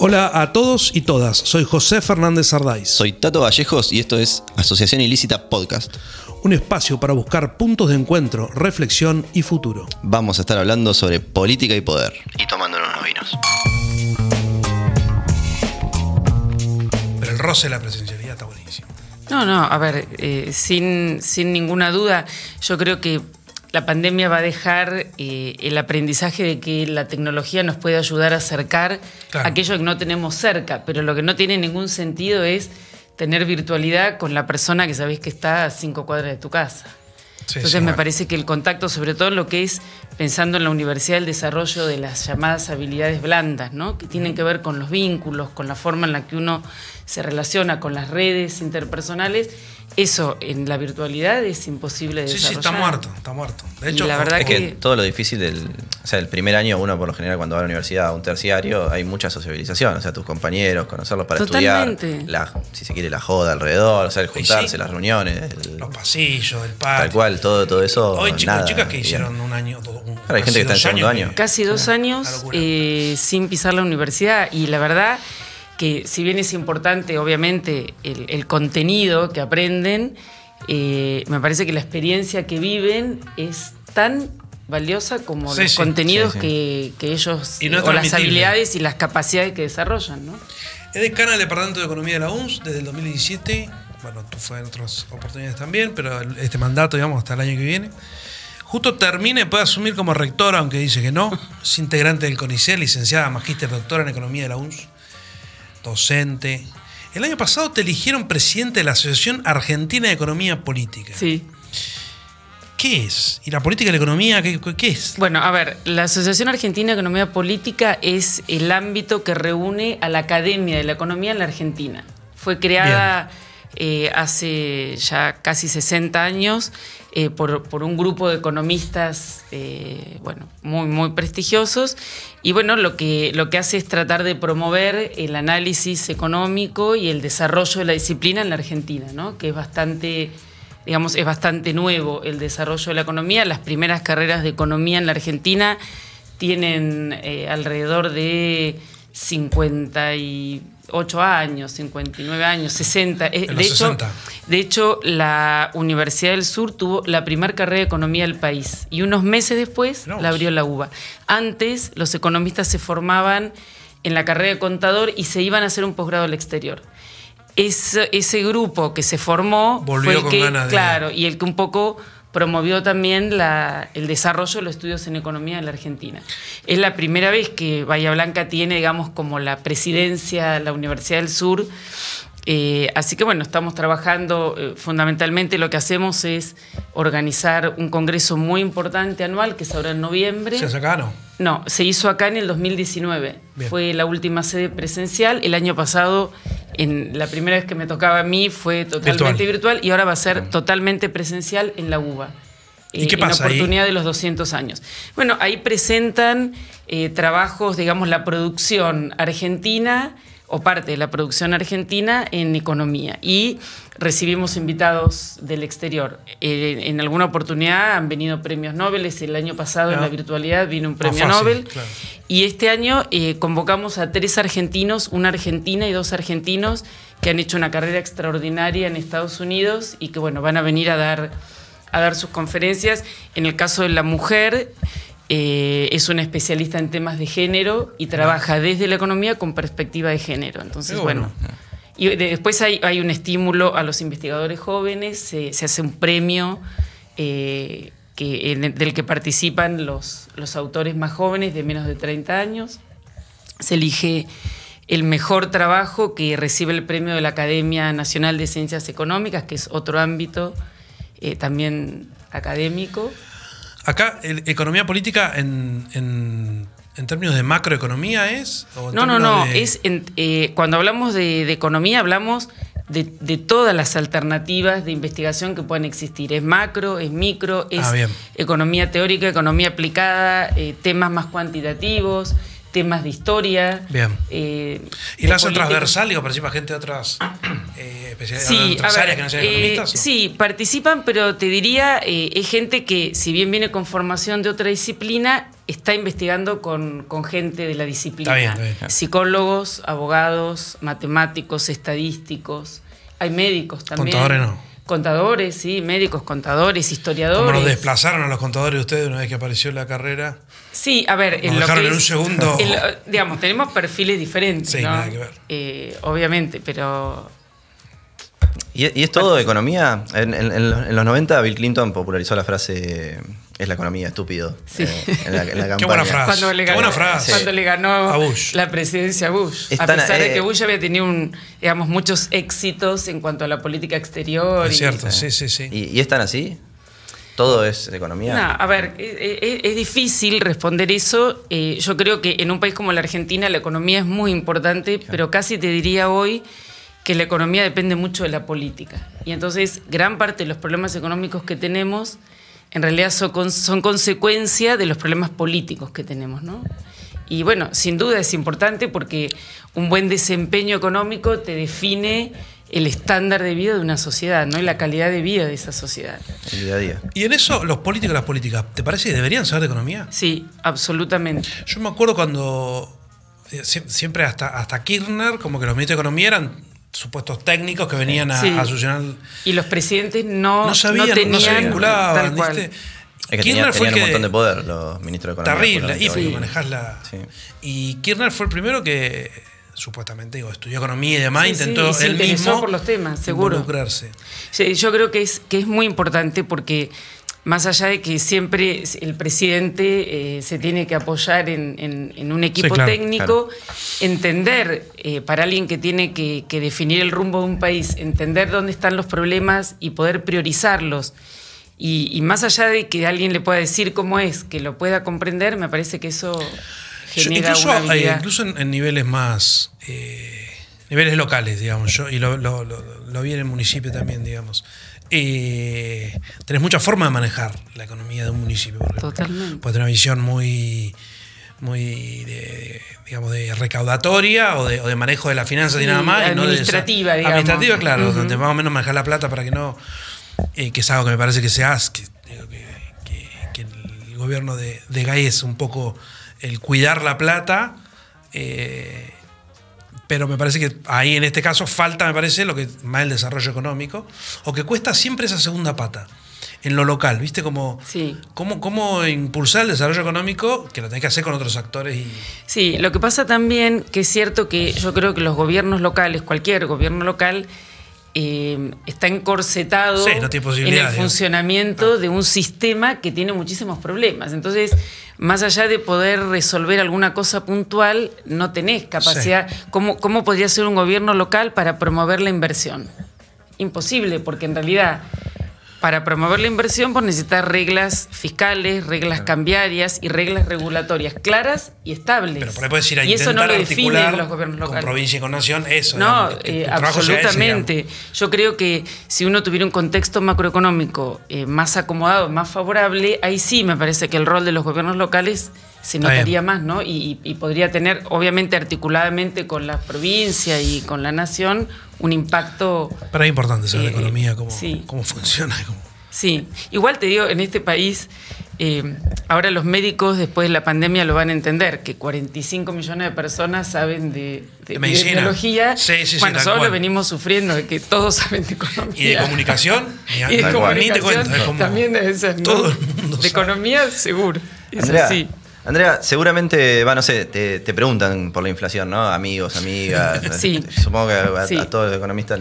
Hola a todos y todas, soy José Fernández Ardáiz. Soy Tato Vallejos y esto es Asociación Ilícita Podcast. Un espacio para buscar puntos de encuentro, reflexión y futuro. Vamos a estar hablando sobre política y poder. Y tomándonos unos vinos. Pero el roce de la presencialidad está buenísimo. No, a ver, sin ninguna duda, yo creo que la pandemia va a dejar el aprendizaje de que la tecnología nos puede ayudar a acercar aquello que no tenemos cerca, pero lo que no tiene ningún sentido es tener virtualidad con la persona que sabés que está a 5 cuadras de tu casa. Entonces me parece que el contacto, sobre todo en lo que es, pensando en la universidad, el desarrollo de las llamadas habilidades blandas, ¿no? Que tienen que ver con los vínculos, con la forma en la que uno se relaciona con las redes interpersonales. Eso en la virtualidad es imposible de desarrollar. Sí, está muerto. De hecho, la verdad es que todo lo difícil del primer año, uno por lo general cuando va a la universidad, a un terciario, hay mucha sociabilización, o sea, tus compañeros, conocerlos para Totalmente. estudiar, si se quiere la joda alrededor, o sea, el juntarse, las reuniones, los pasillos, el patio. Tal cual, todo eso. Hoy nada, chicas que hicieron un año, claro, hay gente que está en segundo año. Casi 2 años sin pisar la universidad, y la verdad que si bien es importante, obviamente, el contenido que aprenden, me parece que la experiencia que viven es tan valiosa como los contenidos que ellos, o las habilidades y las capacidades que desarrollan, ¿no? Es decana del Departamento de Economía de la UNS desde el 2017. Bueno, tú fue en otras oportunidades también, pero este mandato, digamos, hasta el año que viene. Justo termina y puede asumir como rectora, aunque dice que no. Es integrante del CONICET, licenciada, magíster, doctora en Economía de la UNS. Docente. El año pasado te eligieron presidente de la Asociación Argentina de Economía Política. Sí. ¿Qué es? ¿Y la política y la economía qué es? Bueno, a ver, la Asociación Argentina de Economía Política es el ámbito que reúne a la Academia de la Economía en la Argentina. Fue creada hace ya casi 60 años por un grupo de economistas muy prestigiosos, y bueno, lo que hace es tratar de promover el análisis económico y el desarrollo de la disciplina en la Argentina, ¿no? Que es bastante nuevo el desarrollo de la economía. Las primeras carreras de economía en la Argentina tienen alrededor de 58 años, 59 años, 60. De hecho, la Universidad del Sur tuvo la primera carrera de economía del país y unos meses después la abrió la UBA. Antes, los economistas se formaban en la carrera de contador y se iban a hacer un posgrado al exterior. Ese grupo que se formó volvió fue el con que, y el que un poco promovió también el desarrollo de los estudios en economía en la Argentina. Es la primera vez que Bahía Blanca tiene, digamos, como la presidencia de la Universidad del Sur. Así que bueno, estamos trabajando, fundamentalmente lo que hacemos es organizar un congreso muy importante anual, que es ahora en noviembre. ¿Se hace acá, no? No, se hizo acá en el 2019. Bien. Fue la última sede presencial. El año pasado, la primera vez que me tocaba a mí, fue totalmente virtual y ahora va a ser totalmente presencial en la UBA. ¿Y qué pasa en oportunidad ahí? De los 200 años. Bueno, ahí presentan trabajos, digamos, la producción argentina o parte de la producción argentina en economía, y recibimos invitados del exterior. En alguna oportunidad han venido premios Nobel. El año pasado en la virtualidad vino un premio Nobel. Claro. Y este año convocamos a 3 argentinos, una argentina y 2 argentinos que han hecho una carrera extraordinaria en Estados Unidos y que bueno, van a venir a dar sus conferencias. En el caso de la mujer, es una especialista en temas de género y trabaja desde la economía con perspectiva de género. Entonces, y después hay un estímulo a los investigadores jóvenes, se hace un premio del que participan los autores más jóvenes de menos de 30 años. Se elige el mejor trabajo, que recibe el premio de la Academia Nacional de Ciencias Económicas, que es otro ámbito también académico. Acá, economía política en términos de macroeconomía es. No. Cuando hablamos de economía, hablamos de todas las alternativas de investigación que pueden existir. Es macro, es micro, es economía teórica, economía aplicada, temas más cuantitativos, temas de historia. Bien. ¿Y la hacen transversal? Digo, participa gente de otras áreas que no sean economistas. Sí, participan, pero te diría, es gente que, si bien viene con formación de otra disciplina, está investigando con gente de la disciplina. Está bien. Psicólogos, abogados, matemáticos, estadísticos. Hay médicos también. Contadores no. Contadores, sí, médicos, contadores, historiadores. Como nos desplazaron a los contadores ustedes una vez que apareció la carrera. Sí, a ver, Nos dejaron en un segundo. Digamos, tenemos perfiles diferentes, Sí, ¿no? nada que ver. Obviamente, pero... ¿Y es todo economía? En los 90 Bill Clinton popularizó la frase "es la economía, estúpido", Sí. en la campaña. Qué buena frase. Cuando le ganó a Bush. la presidencia a Bush. A pesar de que Bush había tenido muchos éxitos en cuanto a la política exterior. Es cierto, sí. ¿Y es tan así? ¿Todo es economía? No, a ver, es difícil responder eso. Yo creo que en un país como la Argentina la economía es muy importante, pero casi te diría hoy que la economía depende mucho de la política. Y entonces gran parte de los problemas económicos que tenemos en realidad son consecuencia de los problemas políticos que tenemos, ¿no? Y bueno, sin duda es importante porque un buen desempeño económico te define el estándar de vida de una sociedad, ¿no? Y la calidad de vida de esa sociedad. El día a día. Y en eso, los políticos y las políticas, ¿te parece que deberían saber de economía? Sí, absolutamente. Yo me acuerdo cuando siempre hasta Kirchner, como que los ministros de economía eran supuestos técnicos que venían a solucionar. Y los presidentes no sabían, tenían, no se vinculaban, tal cual. ¿viste? Es que tenían un montón de poder los ministros de economía. Terrible, y porque manejás la... Sí. Y Kirchner fue el primero que, supuestamente, estudió economía y demás, intentó y se él interesó mismo por los temas, seguro. involucrarse. Sí, yo creo que es muy importante porque más allá de que siempre el presidente se tiene que apoyar en un equipo técnico, entender para alguien que tiene que definir el rumbo de un país, entender dónde están los problemas y poder priorizarlos. Y más allá de que alguien le pueda decir cómo es, que lo pueda comprender, me parece que eso genera una habilidad. Incluso en niveles más... niveles locales, digamos. Y lo vi en el municipio también, digamos. Tenés mucha forma de manejar la economía de un municipio. Totalmente. Puedes tener una visión muy de recaudatoria o de manejo de las finanzas y nada más. Administrativa, digamos. Administrativa, claro, donde más o menos manejar la plata para que no... que es algo que me parece que se hace, que el gobierno de Gay es un poco el cuidar la plata, pero me parece que ahí en este caso falta, me parece, lo que más el desarrollo económico, o que cuesta siempre esa segunda pata en lo local, ¿viste? Cómo impulsar el desarrollo económico, que lo tenés que hacer con otros actores. Sí, lo que pasa también, que es cierto que yo creo que los gobiernos locales, cualquier gobierno local, está encorsetado en el funcionamiento de un sistema que tiene muchísimos problemas. Entonces, más allá de poder resolver alguna cosa puntual, no tenés capacidad. Sí. ¿Cómo podría ser un gobierno local para promover la inversión? Imposible, porque en realidad para promover la inversión vos necesitas reglas fiscales, reglas cambiarias y reglas regulatorias claras y estables. Pero por ahí puedes ir a y intentar eso no lo articular los gobiernos locales. Con provincia y con nación, eso. No, absolutamente. Yo creo que si uno tuviera un contexto macroeconómico más acomodado, más favorable, ahí sí me parece que el rol de los gobiernos locales se notaría más, ¿no? Y podría tener, obviamente, articuladamente con la provincia y con la nación, un impacto... Pero es importante saber la economía, cómo funciona. Sí, igual te digo, en este país, ahora los médicos después de la pandemia lo van a entender, que 45 millones de personas saben de epidemiología. Sí, bueno, nosotros lo venimos sufriendo, de que todos saben de economía. ¿Y de comunicación? Y de comunicación te cuento, también debe ser, ¿no? Todo el mundo de economía, seguro. Es Andrea, así. Andrea, seguramente, no sé, te preguntan por la inflación, ¿no? Amigos, amigas. Sí. Supongo que a todos los economistas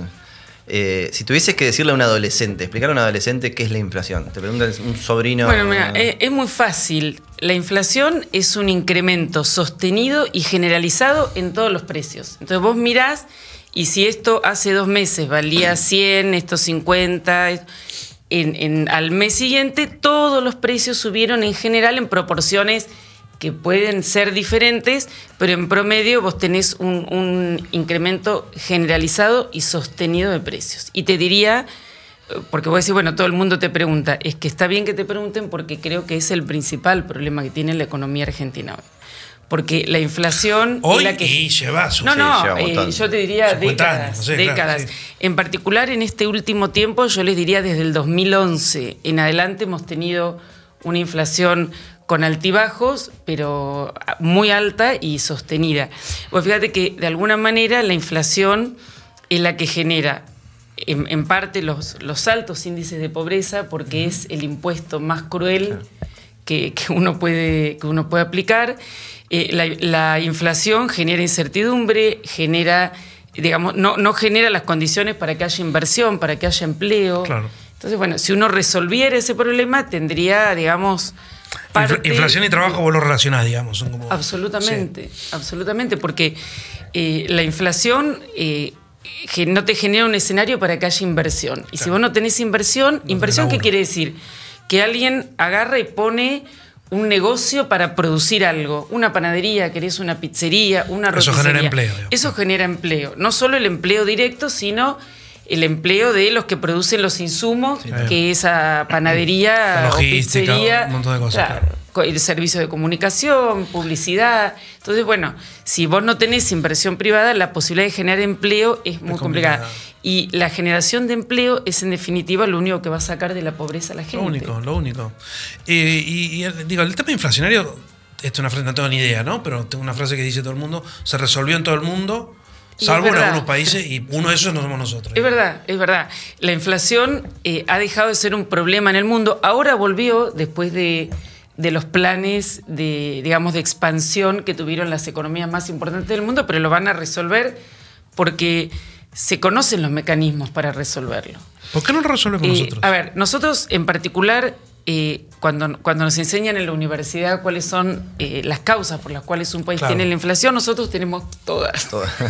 si tuvieses que decirle a un adolescente, explicar a un adolescente qué es la inflación, te preguntan un sobrino... Bueno, mira, es muy fácil. La inflación es un incremento sostenido y generalizado en todos los precios. Entonces vos mirás y si esto hace 2 meses valía 100, esto 50... al mes siguiente todos los precios subieron en general en proporciones que pueden ser diferentes, pero en promedio vos tenés un incremento generalizado y sostenido de precios. Y te diría, porque vos decís, bueno, todo el mundo te pregunta, es que está bien que te pregunten porque creo que es el principal problema que tiene la economía argentina hoy. Porque la inflación... Hoy la que, y lleva su... yo te diría décadas. Años, décadas. Claro, sí. En particular en este último tiempo, yo les diría desde el 2011 en adelante hemos tenido una inflación con altibajos, pero muy alta y sostenida. Pues fíjate que de alguna manera la inflación es la que genera en parte los altos índices de pobreza, porque es el impuesto más cruel que uno puede aplicar. La inflación genera incertidumbre, genera, digamos, no genera las condiciones para que haya inversión, para que haya empleo. Claro. Entonces, bueno, si uno resolviera ese problema, tendría, digamos, inflación y trabajo vos lo relacionás, digamos. Son como, absolutamente, absolutamente, porque la inflación no te genera un escenario para que haya inversión. Y si vos no tenés inversión, ¿inversión qué quiere decir? Que alguien agarra y pone un negocio para producir algo. Una panadería, querés una pizzería, una roticería. Eso genera empleo. Eso genera empleo. No solo el empleo directo, sino el empleo de los que producen los insumos, que esa panadería o pizzería, un montón de cosas. Claro. El servicio de comunicación, publicidad. Entonces, bueno, si vos no tenés inversión privada, la posibilidad de generar empleo es muy complicada. Y la generación de empleo es, en definitiva, lo único que va a sacar de la pobreza a la gente. Lo único. Digo, el tema inflacionario, esto es una frase, no tengo ni idea, ¿no? Pero tengo una frase que dice todo el mundo, se resolvió en todo el mundo, salvo en algunos países, y uno de esos no somos nosotros. Es verdad, es verdad. La inflación ha dejado de ser un problema en el mundo. Ahora volvió, después de los planes de expansión que tuvieron las economías más importantes del mundo, pero lo van a resolver porque se conocen los mecanismos para resolverlo. ¿Por qué no lo resolvemos nosotros? A ver, nosotros en particular, cuando nos enseñan en la universidad cuáles son las causas por las cuales un país tiene la inflación, nosotros tenemos todas.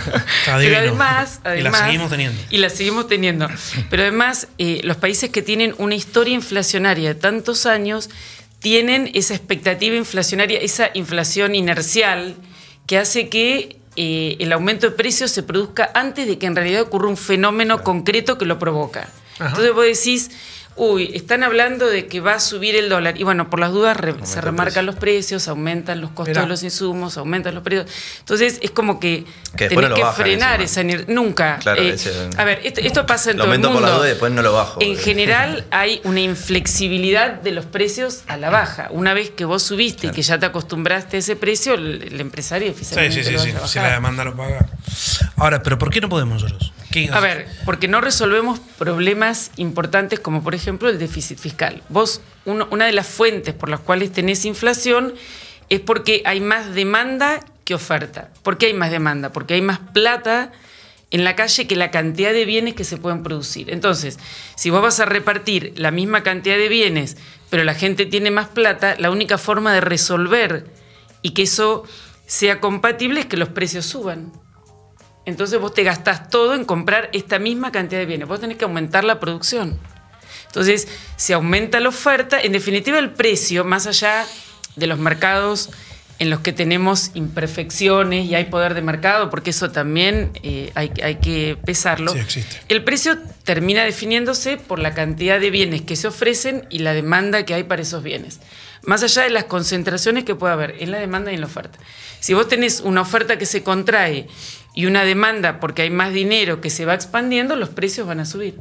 Pero además, y las seguimos teniendo. Y las seguimos teniendo. Pero además, los países que tienen una historia inflacionaria de tantos años tienen esa expectativa inflacionaria, esa inflación inercial que hace que el aumento de precios se produzca antes de que en realidad ocurra un fenómeno concreto que lo provoca. Ajá. Entonces vos decís, están hablando de que va a subir el dólar. Y bueno, por las dudas se remarcan los precios, aumentan los costos de los insumos, aumentan los precios. Entonces es como que tenés que frenar esa nunca. Claro, a ver, esto pasa en todo el mundo. Lo aumento por la duda y después no lo bajo. En general hay una inflexibilidad de los precios a la baja. Una vez que vos subiste y que ya te acostumbraste a ese precio, el empresario oficialmente lo va a bajar. Si la demanda lo paga. Ahora, ¿pero por qué no podemos nosotros? A ver, porque no resolvemos problemas importantes como, por ejemplo, el déficit fiscal. Vos, una de las fuentes por las cuales tenés inflación es porque hay más demanda que oferta. ¿Por qué hay más demanda? Porque hay más plata en la calle que la cantidad de bienes que se pueden producir. Entonces, si vos vas a repartir la misma cantidad de bienes, pero la gente tiene más plata, la única forma de resolver y que eso sea compatible es que los precios suban. Entonces vos te gastás todo en comprar esta misma cantidad de bienes. Vos tenés que aumentar la producción. Entonces, se aumenta la oferta. En definitiva, el precio, más allá de los mercados en los que tenemos imperfecciones y hay poder de mercado, porque eso también hay que pesarlo. Sí, existe. El precio termina definiéndose por la cantidad de bienes que se ofrecen y la demanda que hay para esos bienes. Más allá de las concentraciones que puede haber en la demanda y en la oferta. Si vos tenés una oferta que se contrae y una demanda porque hay más dinero que se va expandiendo, los precios van a subir.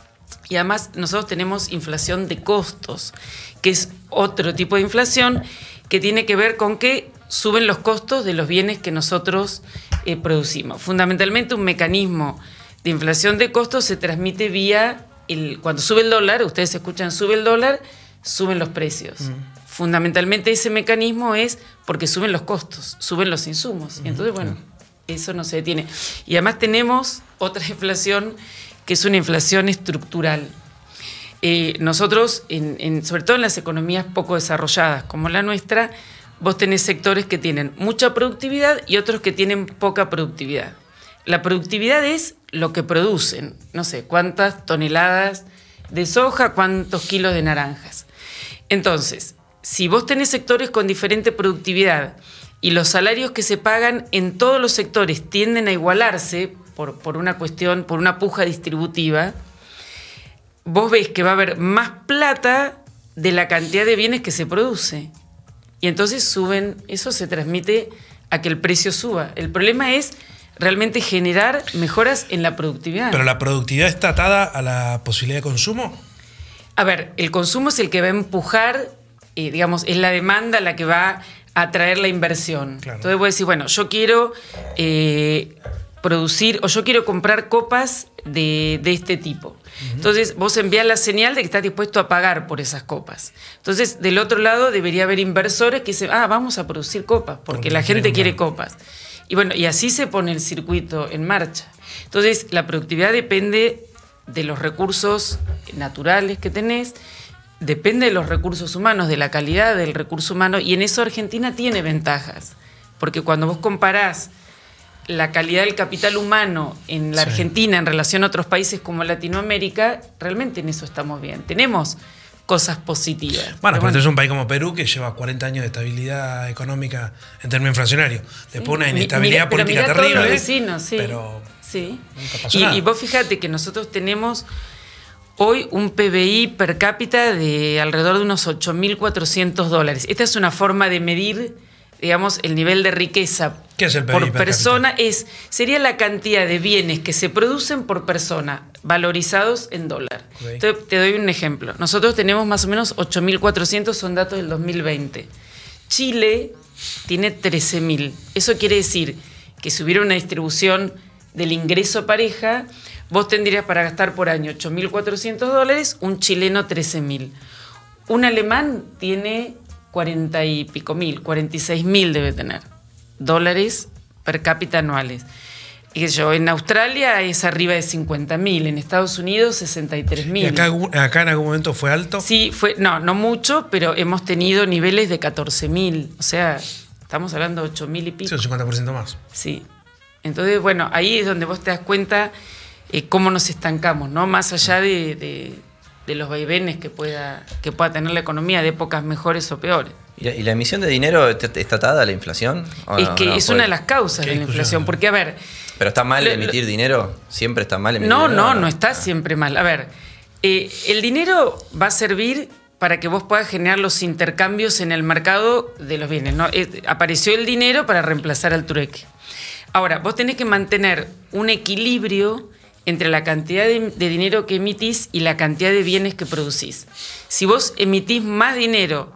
Y además nosotros tenemos inflación de costos, que es otro tipo de inflación que tiene que ver con que suben los costos de los bienes que nosotros producimos. Fundamentalmente un mecanismo de inflación de costos se transmite vía, cuando sube el dólar, ustedes escuchan sube el dólar, suben los precios. Fundamentalmente ese mecanismo es porque suben los costos, suben los insumos. Y entonces, bueno, eso no se detiene. Y además tenemos otra inflación que es una inflación estructural. Nosotros, sobre todo en las economías poco desarrolladas como la nuestra, vos tenés sectores que tienen mucha productividad y otros que tienen poca productividad. La productividad es lo que producen, no sé, cuántas toneladas de soja, cuántos kilos de naranjas. Entonces, si vos tenés sectores con diferente productividad y los salarios que se pagan en todos los sectores tienden a igualarse por una cuestión, por una puja distributiva, vos ves que va a haber más plata de la cantidad de bienes que se produce. Y entonces suben, eso se transmite a que el precio suba. El problema es realmente generar mejoras en la productividad. ¿Pero la productividad está atada a la posibilidad de consumo? A ver, el consumo es el que va a empujar digamos, es la demanda la que va a atraer la inversión. Claro. Entonces vos decís, bueno, yo quiero producir o yo quiero comprar copas de este tipo. Entonces vos envías la señal de que estás dispuesto a pagar por esas copas. Entonces del otro lado debería haber inversores que dicen, vamos a producir copas porque la gente quiere copas. Y bueno, y así se pone el circuito en marcha. Entonces la productividad depende de los recursos naturales que tenés, depende de los recursos humanos, de la calidad del recurso humano, y en eso Argentina tiene ventajas, porque cuando vos comparás la calidad del capital humano en la Argentina en relación a otros países como Latinoamérica, realmente en eso estamos bien. Tenemos cosas positivas. Bueno, pero es un país como Perú que lleva 40 años de estabilidad económica en términos inflacionarios. Después una inestabilidad política terrible. Todos los vecinos, pero nunca pasó nada. Y vos fíjate que nosotros tenemos hoy un PBI per cápita de alrededor de unos $8.400. Esta es una forma de medir, digamos, el nivel de riqueza. ¿Qué es el PBI por per persona? Sería la cantidad de bienes que se producen por persona, valorizados en dólar. Okay. Entonces, te doy un ejemplo. Nosotros tenemos más o menos 8.400, son datos del 2020. Chile tiene 13.000. Eso quiere decir que si hubiera una distribución del ingreso pareja, vos tendrías para gastar por año $8.400, un chileno 13.000. Un alemán tiene 40 y pico mil, 46.000 debe tener dólares per cápita anuales. Y en Australia es arriba de 50.000, en Estados Unidos 63.000. ¿Y acá en algún momento fue alto? Sí, no mucho, pero hemos tenido niveles de 14.000. O sea, estamos hablando de 8.000 y pico. Sí, un 50% más. Sí. Entonces, bueno, ahí es donde vos te das cuenta cómo nos estancamos, ¿no? Más allá de los vaivenes que pueda tener la economía de épocas mejores o peores. ¿Y la emisión de dinero está atada a la inflación? Es que es una de las causas de la inflación, porque a ver... ¿Pero está mal emitir dinero? ¿Siempre está mal emitir dinero? No está siempre mal. A ver, el dinero va a servir para que vos puedas generar los intercambios en el mercado de los bienes, ¿no? Apareció el dinero para reemplazar al trueque. Ahora, vos tenés que mantener un equilibrio entre la cantidad de dinero que emitís y la cantidad de bienes que producís. Si vos emitís más dinero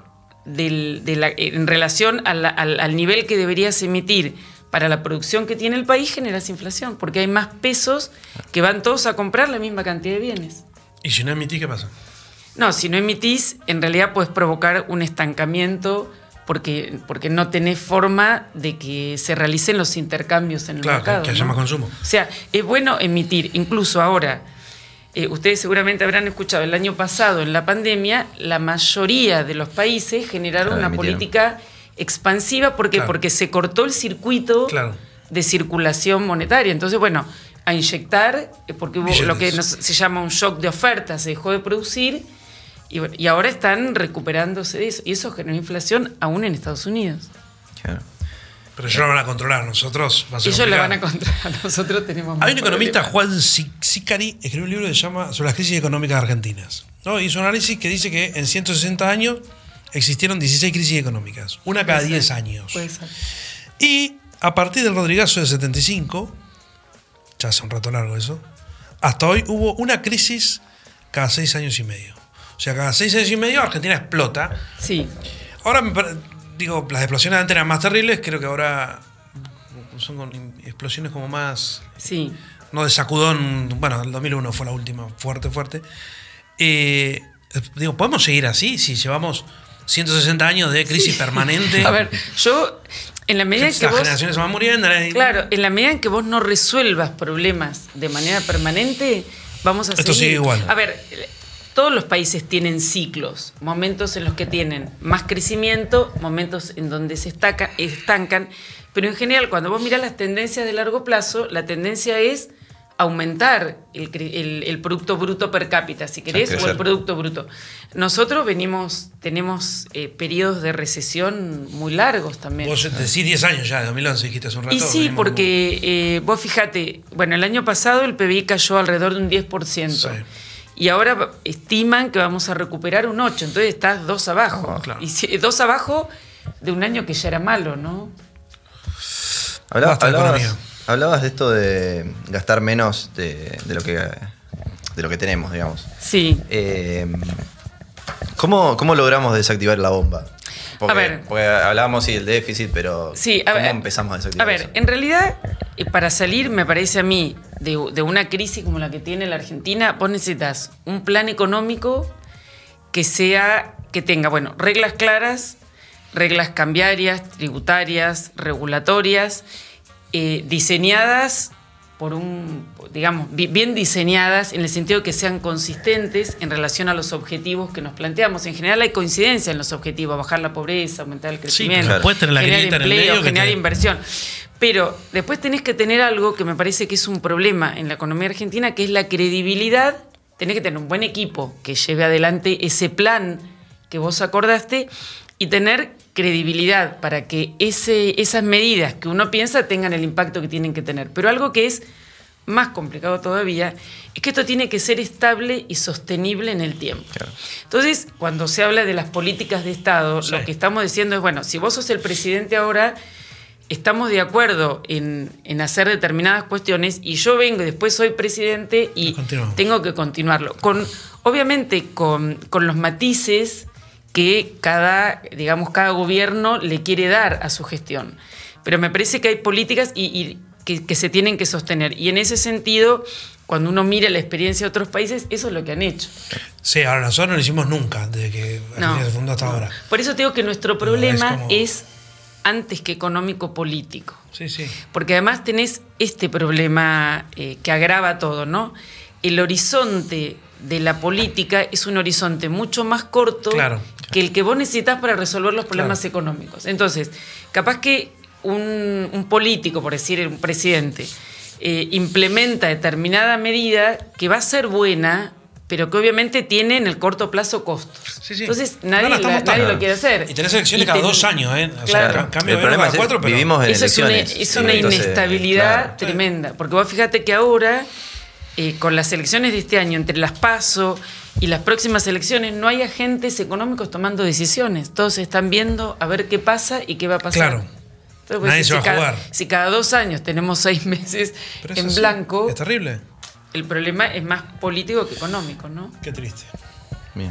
en relación al nivel que deberías emitir para la producción que tiene el país, generas inflación, porque hay más pesos que van todos a comprar la misma cantidad de bienes. ¿Y si no emitís, qué pasa? No, si no emitís, en realidad puedes provocar un estancamiento porque no tenés forma de que se realicen los intercambios en el mercado. Que haya más consumo. O sea, es bueno emitir. Incluso ahora, ustedes seguramente habrán escuchado, el año pasado, en la pandemia, la mayoría de los países generaron una política expansiva. ¿Por qué? Porque se cortó el circuito de circulación monetaria. Entonces, bueno, a inyectar, porque hubo lo que se llama un shock de oferta, se dejó de producir. Y ahora están recuperándose de eso. Y eso generó inflación aún en Estados Unidos. Claro. Pero ellos lo van a controlar, nosotros va a ser ellos complicado. la van a controlar, nosotros tenemos más. Hay un economista, Juan Sicari, escribió un libro que se llama Sobre las crisis económicas argentinas, ¿no? Hizo un análisis que dice que en 160 años existieron 16 crisis económicas, una cada 10 años. Puede ser. Y a partir del Rodrigazo de 75, ya hace un rato largo eso, hasta hoy hubo una crisis cada 6 años y medio. O sea, cada 6 años y medio Argentina explota. Sí. Ahora, las explosiones antes eran más terribles, creo que ahora son con explosiones como más... Sí. No de sacudón, bueno, el 2001 fue la última, fuerte. ¿Podemos seguir así si llevamos 160 años de crisis permanente? A ver, yo... En la medida en que las generaciones se van muriendo. Claro, en la medida en que vos no resuelvas problemas de manera permanente, vamos a seguir. Esto sigue igual. A ver, todos los países tienen ciclos, momentos en los que tienen más crecimiento, momentos en donde se estancan, pero en general cuando vos mirás las tendencias de largo plazo, la tendencia es aumentar el Producto Bruto per cápita, si querés, o el Producto Bruto. Nosotros tenemos periodos de recesión muy largos también. Vos decís 10 años ya, de 2011 dijiste hace un rato. Y sí, porque vos fíjate, bueno, el año pasado el PBI cayó alrededor de un 10%. Sí. Y ahora estiman que vamos a recuperar un 8%, entonces estás 2 abajo. Claro. Y 2 abajo de un año que ya era malo, ¿no? Hablabas de esto de gastar menos de lo que tenemos, digamos. Sí. ¿Cómo logramos desactivar la bomba? Porque hablábamos del déficit, pero ¿cómo empezamos a desactivar eso? En realidad, para salir, me parece a mí, de una crisis como la que tiene la Argentina, vos necesitas un plan económico que tenga, reglas claras, reglas cambiarias, tributarias, regulatorias, diseñadas bien diseñadas en el sentido de que sean consistentes en relación a los objetivos que nos planteamos. En general hay coincidencia en los objetivos, bajar la pobreza, aumentar el crecimiento, generar empleo, generar inversión. Pero después tenés que tener algo que me parece que es un problema en la economía argentina, que es la credibilidad. Tenés que tener un buen equipo que lleve adelante ese plan que vos acordaste y tener credibilidad para que esas medidas que uno piensa tengan el impacto que tienen que tener. Pero algo que es más complicado todavía es que esto tiene que ser estable y sostenible en el tiempo. Claro. Entonces, cuando se habla de las políticas de Estado, lo que estamos diciendo es, si vos sos el presidente ahora, estamos de acuerdo en hacer determinadas cuestiones y yo vengo y después soy presidente y tengo que continuarlo. Obviamente con los matices que cada gobierno le quiere dar a su gestión. Pero me parece que hay políticas que se tienen que sostener. Y en ese sentido, cuando uno mira la experiencia de otros países, eso es lo que han hecho. Sí, ahora nosotros no lo hicimos nunca, desde que Argentina se fundó hasta ahora. Por eso te digo que nuestro problema es antes que económico-político. Sí, sí. Porque además tenés este problema que agrava todo, ¿no? El horizonte de la política es un horizonte mucho más corto que el que vos necesitas para resolver los problemas económicos. Entonces, capaz que un político, por decir un presidente, implementa determinada medida que va a ser buena, pero que obviamente tiene en el corto plazo costos. Sí, sí. Entonces nadie lo quiere hacer. Y tenés elecciones cada 2 años, ¿eh? O sea, cambio el problema cada 4, pero vivimos en elecciones. Es una inestabilidad tremenda. Porque vos fíjate que ahora, con las elecciones de este año, entre las PASO y las próximas elecciones, no hay agentes económicos tomando decisiones. Todos están viendo a ver qué pasa y qué va a pasar. Claro. Entonces, nadie se va a jugar. Si cada 2 años tenemos 6 meses en blanco... Es terrible. El problema es más político que económico, ¿no? Qué triste. Bien.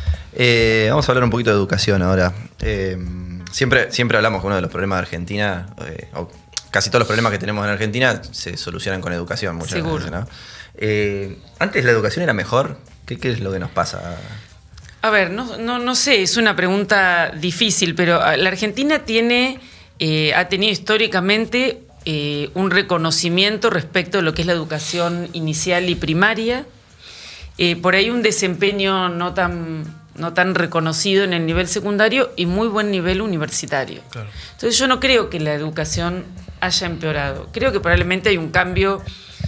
Vamos a hablar un poquito de educación ahora. Siempre hablamos que uno de los problemas de Argentina, o casi todos los problemas que tenemos en Argentina, se solucionan con educación muchas veces, ¿no? ¿Antes la educación era mejor? ¿Qué es lo que nos pasa? A ver, no sé, es una pregunta difícil, pero la Argentina ha tenido históricamente un reconocimiento respecto de lo que es la educación inicial y primaria. Por ahí un desempeño no tan reconocido en el nivel secundario y muy buen nivel universitario. Claro. Entonces yo no creo que la educación haya empeorado. Creo que probablemente hay un cambio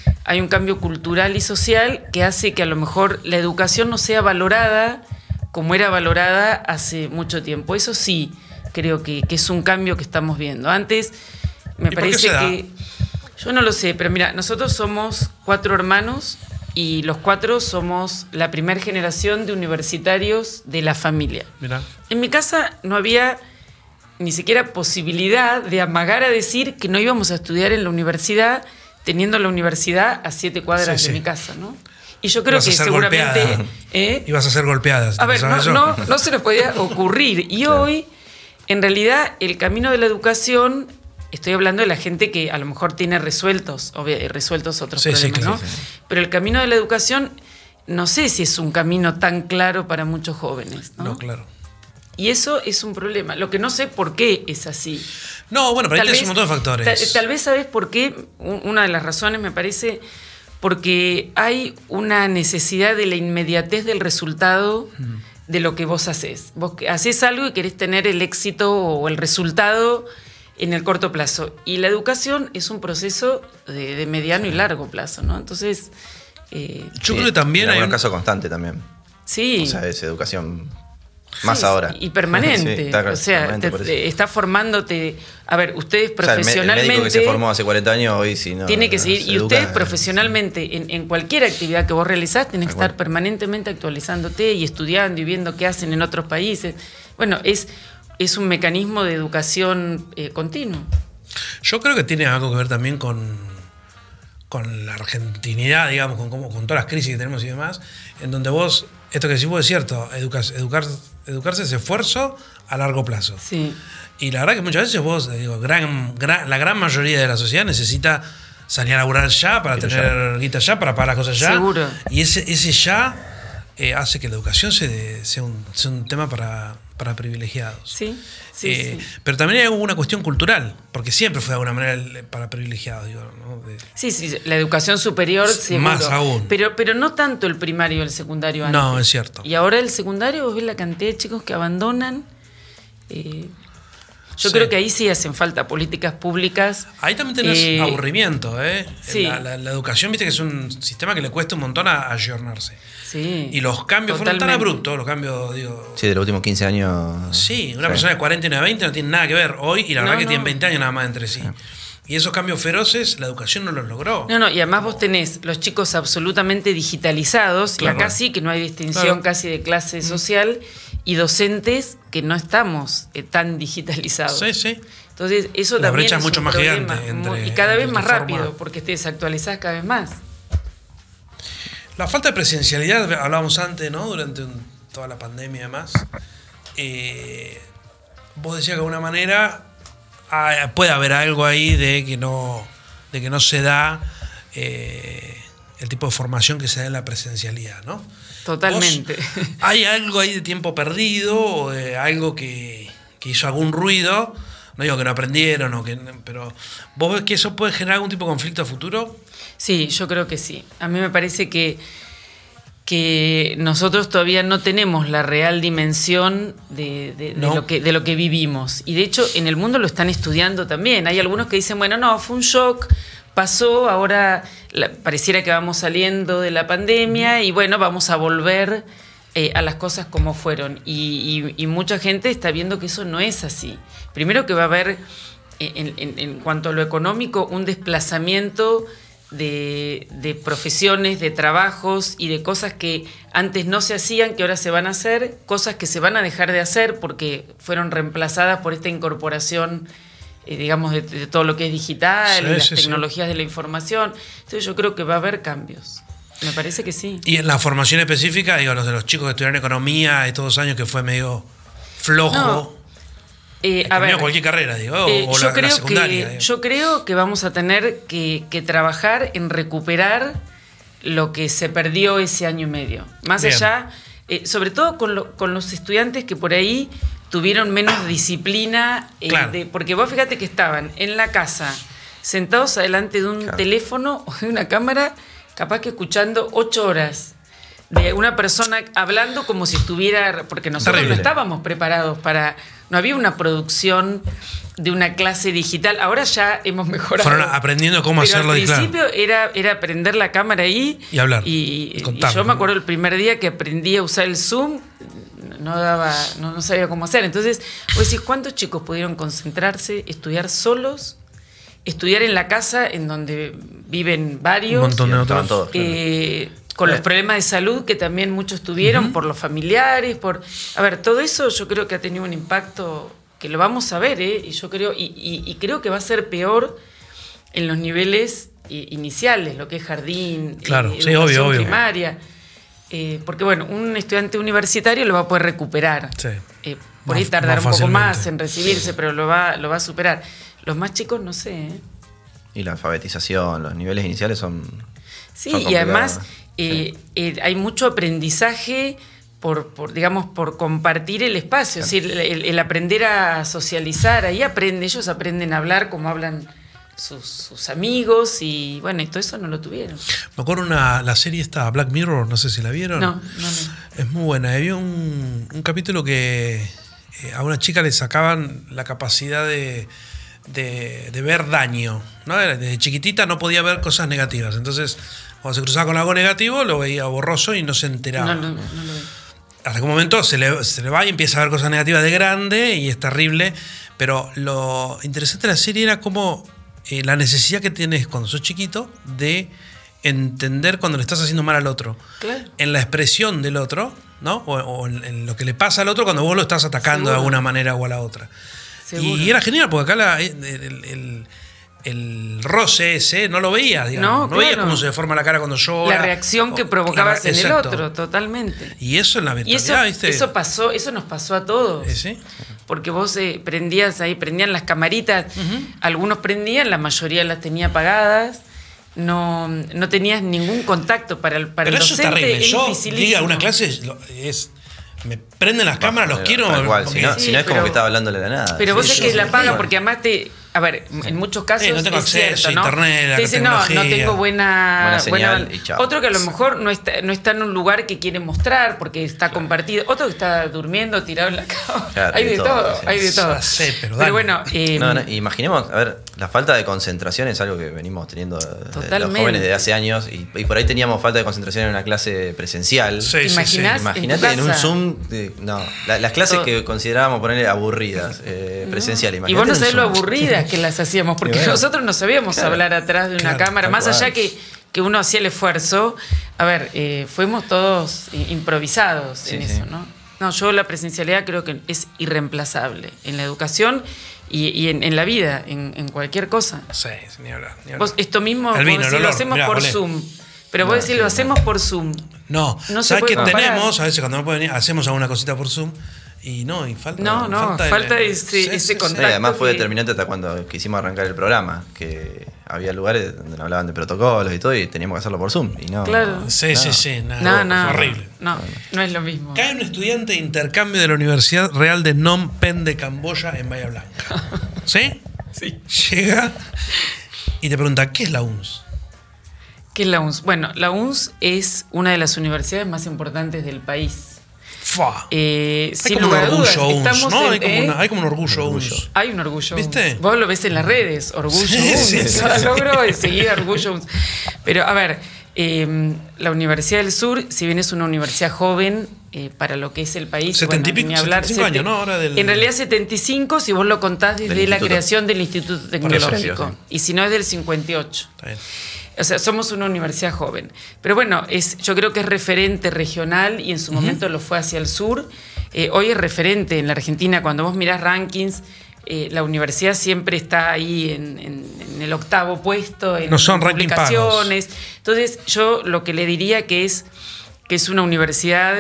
cultural y social que hace que a lo mejor la educación no sea valorada como era valorada hace mucho tiempo. Eso sí creo que es un cambio que estamos viendo. Antes me parece que... Yo no lo sé, pero mira, nosotros somos 4 hermanos y los 4 somos la primera generación de universitarios de la familia. Mirá. En mi casa no había ni siquiera posibilidad de amagar a decir que no íbamos a estudiar en la universidad, teniendo la universidad a 7 cuadras de mi casa, ¿no? Y yo creo que seguramente... Ibas a ser golpeada. A ver, no se nos podía ocurrir. Y hoy, en realidad, el camino de la educación... Estoy hablando de la gente que a lo mejor tiene resueltos otros problemas, claro, ¿no? Sí. Pero el camino de la educación, no sé si es un camino tan claro para muchos jóvenes, ¿no? No, claro. Y eso es un problema. Lo que no sé por qué es así. No, bueno, pero ahí tenés un montón de factores. Tal vez sabés por qué. Una de las razones, me parece, porque hay una necesidad de la inmediatez del resultado de lo que vos hacés. Vos hacés algo y querés tener el éxito o el resultado en el corto plazo. Y la educación es un proceso de mediano y largo plazo, ¿no? Entonces... yo creo que también hay un caso constante también. Sí. O sea, es educación más ahora. Y permanente. Sí, o sea, está formándote... A ver, ustedes profesionalmente... el médico que se formó hace 40 años, hoy sí no... Tiene que seguir. Y ustedes profesionalmente, en cualquier actividad que vos realizás, tenés que estar permanentemente actualizándote y estudiando y viendo qué hacen en otros países. Bueno, es un mecanismo de educación continuo. Yo creo que tiene algo que ver también con la argentinidad, digamos, con todas las crisis que tenemos y demás, en donde vos esto que decís vos es cierto, educarse es esfuerzo a largo plazo. Sí. Y la verdad que muchas veces vos, digo, la gran mayoría de la sociedad necesita salir a laburar ya para tener guita ya, para pagar las cosas ya. Seguro. Y ese ya hace que la educación sea un tema para privilegiados. Sí, sí. Pero también hay una cuestión cultural, porque siempre fue de alguna manera para privilegiados, digo, ¿no? Sí, la educación superior seguro. Más aún. Pero no tanto el primario y el secundario antes. No, es cierto. Y ahora el secundario, vos ves la cantidad de chicos que abandonan. Yo Sí. creo que ahí sí hacen falta políticas públicas. Ahí también tenés aburrimiento, Sí. La educación, viste que es un sistema que le cuesta un montón a ayornarse. Sí. Y los cambios fueron tan Totalmente. abruptos, los cambios, digo... Sí, de los últimos 15 años. Sí, una persona de 40 y una de 20 no tiene nada que ver hoy, y la verdad No, que no. tienen 20 años nada más entre sí. Y esos cambios feroces, la educación no los logró. No, y además vos tenés los chicos absolutamente digitalizados, Claro. y acá sí que no hay distinción Claro. casi de clase social, y docentes que no estamos tan digitalizados. Sí, sí. Entonces, eso La también brecha es mucho un más problema, gigante entre- y cada vez entre más tu forma. rápido, porque te desactualizás cada vez más. La falta de presencialidad, hablábamos antes, ¿no? Durante toda la pandemia y demás. Vos decías que de alguna manera puede haber algo ahí de que no se da el tipo de formación que se da en la presencialidad, ¿no? Totalmente. ¿Vos, hay algo ahí de tiempo perdido o de algo que hizo algún ruido? No digo que no aprendieron, pero ¿vos ves que eso puede generar algún tipo de conflicto a futuro? Sí, yo creo que sí. A mí me parece que nosotros todavía no tenemos la real dimensión de No. lo que vivimos. Y de hecho, en el mundo lo están estudiando también. Hay algunos que dicen, bueno, no, fue un shock, pasó, ahora pareciera que vamos saliendo de la pandemia y bueno, vamos a volver a las cosas como fueron. Y mucha gente está viendo que eso no es así. Primero que va a haber, en cuanto a lo económico, un desplazamiento de profesiones, de trabajos y de cosas que antes no se hacían, que ahora se van a hacer, cosas que se van a dejar de hacer porque fueron reemplazadas por esta incorporación, digamos, de todo lo que es digital, y las tecnologías de la información. Entonces yo creo que va a haber cambios. Me parece que sí. Y en la formación específica, digo, los de los chicos que estudiaron economía y todos años que fue medio flojo. No. A ver, cualquier carrera, digo, o la secundaria. Yo creo que vamos a tener que trabajar en recuperar lo que se perdió ese año y medio. Más Bien. allá, sobre todo con los estudiantes que por ahí tuvieron menos disciplina, Claro. porque vos fíjate que estaban en la casa, sentados adelante de un teléfono o de una cámara, capaz que escuchando 8 horas de una persona hablando como si estuviera, porque nosotros Terrible. no estábamos preparados no había una producción de una clase digital. Ahora ya hemos mejorado. Fueron aprendiendo cómo Pero hacerlo. al claro. principio era prender la cámara ahí Y hablar. Y contar, yo me ¿no? acuerdo el primer día que aprendí a usar el Zoom, no sabía cómo hacer. Entonces, vos decís, ¿cuántos chicos pudieron concentrarse, estudiar solos, estudiar en la casa en donde viven varios? Un montón de Sí, estaban otros. todos, claro. Con los problemas de salud que también muchos tuvieron por los familiares, a ver, todo eso yo creo que ha tenido un impacto que lo vamos a ver, y yo creo y creo que va a ser peor en los niveles iniciales, lo que es jardín, Claro, sí, educación obvio. primaria, porque bueno, un estudiante universitario lo va a poder recuperar. Sí. Por ahí Más tardar un poco fácilmente. más en recibirse, pero lo va a superar. Los más chicos no sé, Y la alfabetización, los niveles iniciales son. Sí, son y además complicados. hay mucho aprendizaje por compartir el espacio, es decir, el aprender a socializar, ahí ellos aprenden a hablar como hablan sus amigos, y bueno, y todo eso no lo tuvieron. Me acuerdo la serie esta, Black Mirror, no sé si la vieron. No. Es muy buena. Había un capítulo que a una chica le sacaban la capacidad de ver daño, ¿no? Desde chiquitita no podía ver cosas negativas. Entonces, cuando se cruzaba con algo negativo, lo veía borroso y no se enteraba. No lo veo. Hasta que un momento se le va y empieza a ver cosas negativas de grande y es terrible. Pero lo interesante de la serie era como la necesidad que tienes cuando sos chiquito de entender cuando le estás haciendo mal al otro. Claro. En la expresión del otro, ¿no? O en lo que le pasa al otro cuando vos lo estás atacando Seguro. de alguna manera o a la otra. Seguro. Y era genial, porque acá el roce ese no lo veías, digamos. No veías cómo se deforma la cara cuando llora. La reacción que provocabas en el otro, totalmente. Y eso en la virtualidad, ¿viste? Eso nos pasó a todos. ¿Sí? Porque vos prendían las camaritas, algunos prendían, la mayoría las tenía apagadas. No tenías ningún contacto para el Pero docente. Eso es terrible. Yo dificilísimo. diga una clase me prenden las cámaras, los quiero. Tal cual. Si no es como que estaba hablándole a la nada. Pero vos es que la apaga porque además a ver, en muchos casos no tengo acceso cierto, a internet, te dicen, no tengo buena señal y chao. Otro que a lo mejor no está en un lugar que quiere mostrar porque está compartido. Otro que está durmiendo, tirado en la cama. Claro, hay de todo, hay de todo. Pero bueno. Imaginemos, a ver, la falta de concentración es algo que venimos teniendo los jóvenes de hace años y por ahí teníamos falta de concentración en una clase presencial. Imagínate en un Zoom. Las clases que considerábamos ponerle aburridas, presenciales. Y vos no sabés lo aburridas que las hacíamos, porque nosotros no sabíamos hablar atrás de una cámara, más allá que uno hacía el esfuerzo. A ver, fuimos todos improvisados en eso, ¿no? No, yo la presencialidad creo que es irreemplazable en la educación y en la vida, en cualquier cosa. Sí, ni hablar. Vos, esto mismo, lo hacemos por Zoom. Pero vos decís, lo hacemos por Zoom. No ¿sabes qué tenemos? A veces cuando no puede venir, hacemos alguna cosita por Zoom. Y falta ese contacto. Además fue determinante hasta cuando quisimos arrancar el programa, que había lugares donde nos hablaban de protocolos y todo, y teníamos que hacerlo por Zoom. Y no, claro. Sí. Horrible. No es lo mismo. Cae un estudiante de intercambio de la Universidad Real de Phnom Penh de Camboya en Bahía Blanca. ¿Sí? Sí. Llega y te pregunta, ¿qué es la UNS? ¿Qué es la UNS? Bueno, la UNS es una de las universidades más importantes del país. Sin lugar a dudas, hay como un orgullo UNS. Hay un orgullo ¿Viste? UNS. Vos lo ves en las redes, orgullo UNS. Cada logro es seguir orgullo UNS. Pero a ver, la Universidad del Sur, si bien es una universidad joven para lo que es el país, 75 años, ¿no? Ahora en realidad 75 si vos lo contás desde la creación del Instituto Tecnológico. Sí. Y si no es del 58. Está bien. O sea, somos una universidad joven. Pero bueno, yo creo que es referente regional y en su momento lo fue hacia el sur. Hoy es referente en la Argentina. Cuando vos mirás rankings, la universidad siempre está ahí en el 8º puesto, en publicaciones. Entonces, yo lo que le diría que es una universidad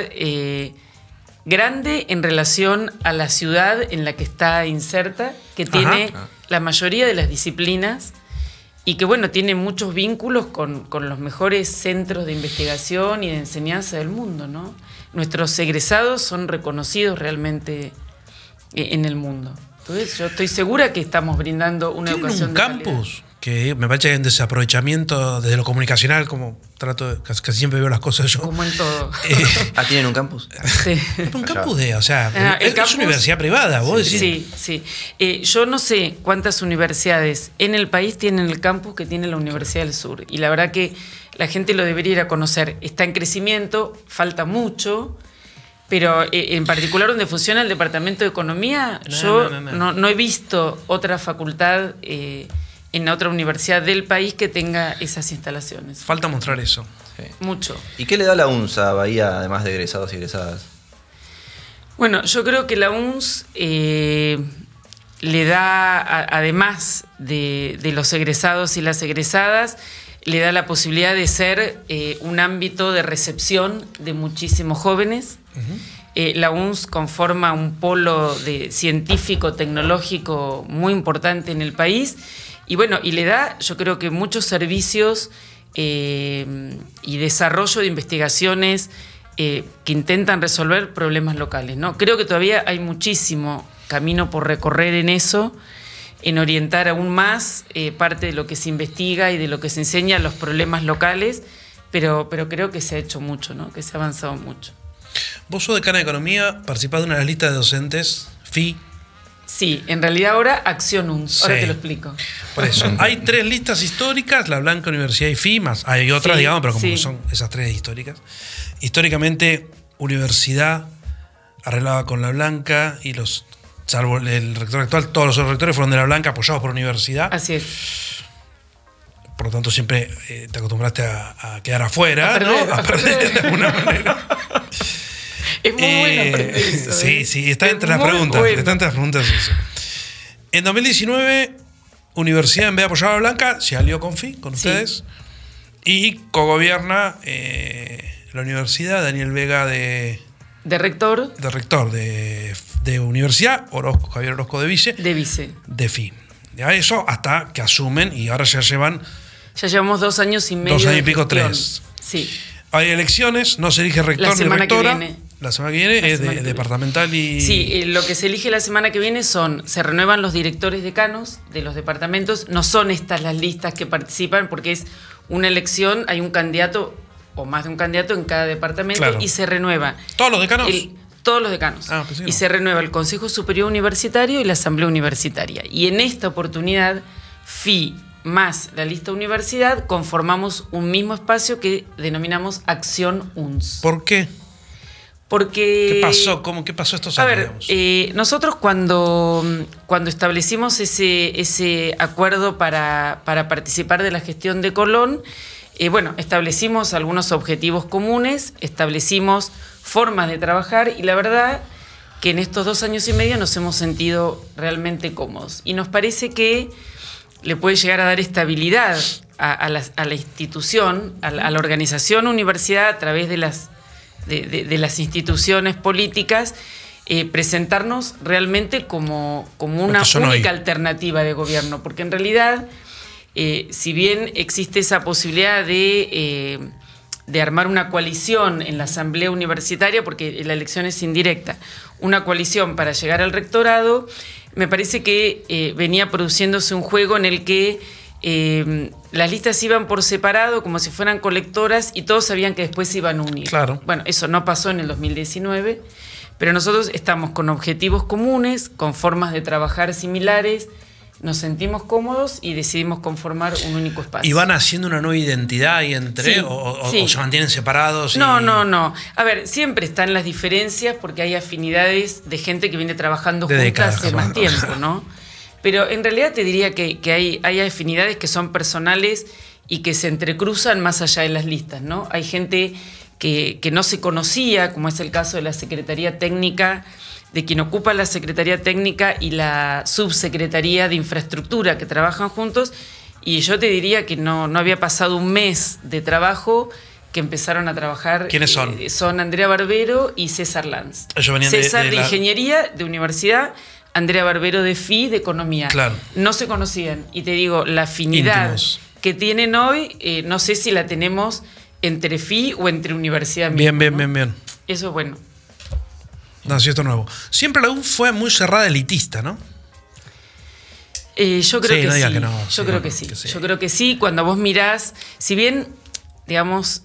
grande en relación a la ciudad en la que está inserta, que tiene la mayoría de las disciplinas. Y que, tiene muchos vínculos con los mejores centros de investigación y de enseñanza del mundo, ¿no? Nuestros egresados son reconocidos realmente en el mundo. Entonces, yo estoy segura que estamos brindando una educación de calidad. ¿Tienen un campus? Que me parece que hay un desaprovechamiento desde lo comunicacional, como casi siempre veo las cosas yo. Como en todo. ¿Tienen un campus? Sí. Un campus es universidad privada, vos decís. Sí. Yo no sé cuántas universidades en el país tienen el campus que tiene la Universidad del Sur. Y la verdad que la gente lo debería ir a conocer. Está en crecimiento, falta mucho. Pero en particular donde funciona el Departamento de Economía, no he visto otra facultad en otra universidad del país que tenga esas instalaciones. Falta mostrar eso. Sí. Mucho. ¿Y qué le da la UNS a Bahía, además de egresados y egresadas? Bueno, yo creo que la UNS le da, además de los egresados y las egresadas, le da la posibilidad de ser un ámbito de recepción de muchísimos jóvenes. La UNS conforma un polo científico, tecnológico muy importante en el país. Y le da, yo creo que muchos servicios y desarrollo de investigaciones que intentan resolver problemas locales, ¿no? Creo que todavía hay muchísimo camino por recorrer en eso, en orientar aún más parte de lo que se investiga y de lo que se enseña a los problemas locales, pero creo que se ha hecho mucho, ¿no? Que se ha avanzado mucho. Vos sos decana de Economía, participás de una lista de docentes, FI. Sí, en realidad ahora Acción UNS, ahora te lo explico. Por eso, hay 3 listas históricas, La Blanca, Universidad y FI, más hay otras, pero como son esas 3 históricas. Históricamente, universidad arreglaba con La Blanca y salvo el rector actual, todos los otros rectores fueron de La Blanca, apoyados por universidad. Así es. Por lo tanto, siempre te acostumbraste a quedar afuera, a perder de alguna manera. Es muy bueno aprender eso. Sí, está entre las preguntas. Bueno. Está entre las preguntas eso. En 2019 universidad en vez de apoyar a Blanca, se alió con FI, con ustedes, y cogobierna la universidad, Daniel Vega de rector. De rector de universidad, Javier Orozco de vice. De vice. De FI. Ya eso hasta que asumen y ahora ya llevan... Ya llevamos 2 años y medio. 2 años y pico, gestión. 3. Sí. Hay elecciones, no se elige rector ni rectora. La semana que viene es departamental y... Sí, lo que se elige la semana que viene se renuevan los directores decanos de los departamentos. No son estas las listas que participan porque es una elección, hay un candidato o más de un candidato en cada departamento, claro, y se renueva. ¿Todos los decanos? Todos los decanos. Pues y se renueva el Consejo Superior Universitario y la Asamblea Universitaria. Y en esta oportunidad, FI más la lista universidad conformamos un mismo espacio que denominamos Acción UNS. ¿Por qué? Porque... ¿Qué pasó? ¿Qué pasó estos años? A ver, nosotros cuando establecimos ese acuerdo para participar de la gestión de Colón, establecimos algunos objetivos comunes, establecimos formas de trabajar y la verdad que en estos 2 años y medio nos hemos sentido realmente cómodos. Y nos parece que le puede llegar a dar estabilidad a la institución, a la organización universidad a través de las instituciones políticas, presentarnos realmente como una única alternativa de gobierno, porque en realidad, si bien existe esa posibilidad de armar una coalición en la asamblea universitaria, porque la elección es indirecta, una coalición para llegar al rectorado, me parece que venía produciéndose un juego en el que las listas iban por separado, como si fueran colectoras, y todos sabían que después se iban a unir. Claro. Bueno, eso no pasó en el 2019, pero nosotros estamos con objetivos comunes, con formas de trabajar similares, nos sentimos cómodos y decidimos conformar un único espacio. ¿Y van haciendo una nueva identidad ahí entre? Sí, ¿O se mantienen separados? No. A ver, siempre están las diferencias porque hay afinidades de gente que viene trabajando juntas hace más tiempo, ¿no? Pero en realidad te diría que hay afinidades que son personales y que se entrecruzan más allá de las listas, ¿no? Hay gente que no se conocía, como es el caso de la Secretaría Técnica, de quien ocupa la Secretaría Técnica y la Subsecretaría de Infraestructura, que trabajan juntos, y yo te diría que no había pasado un mes de trabajo que empezaron a trabajar. ¿Quiénes son? Son Andrea Barbero y César Lanz. Ellos venían César de Ingeniería, de Universidad, Andrea Barbero de FI, de Economía. Claro. No se conocían, y te digo, la afinidad íntimos que tienen hoy, no sé si la tenemos entre FI o entre universidad misma. Bien. Eso es bueno. No, sí, esto es nuevo. Siempre la U fue muy cerrada, elitista, ¿no? Yo creo que sí. Yo creo que sí. Yo creo que sí. Cuando vos mirás, si bien, digamos,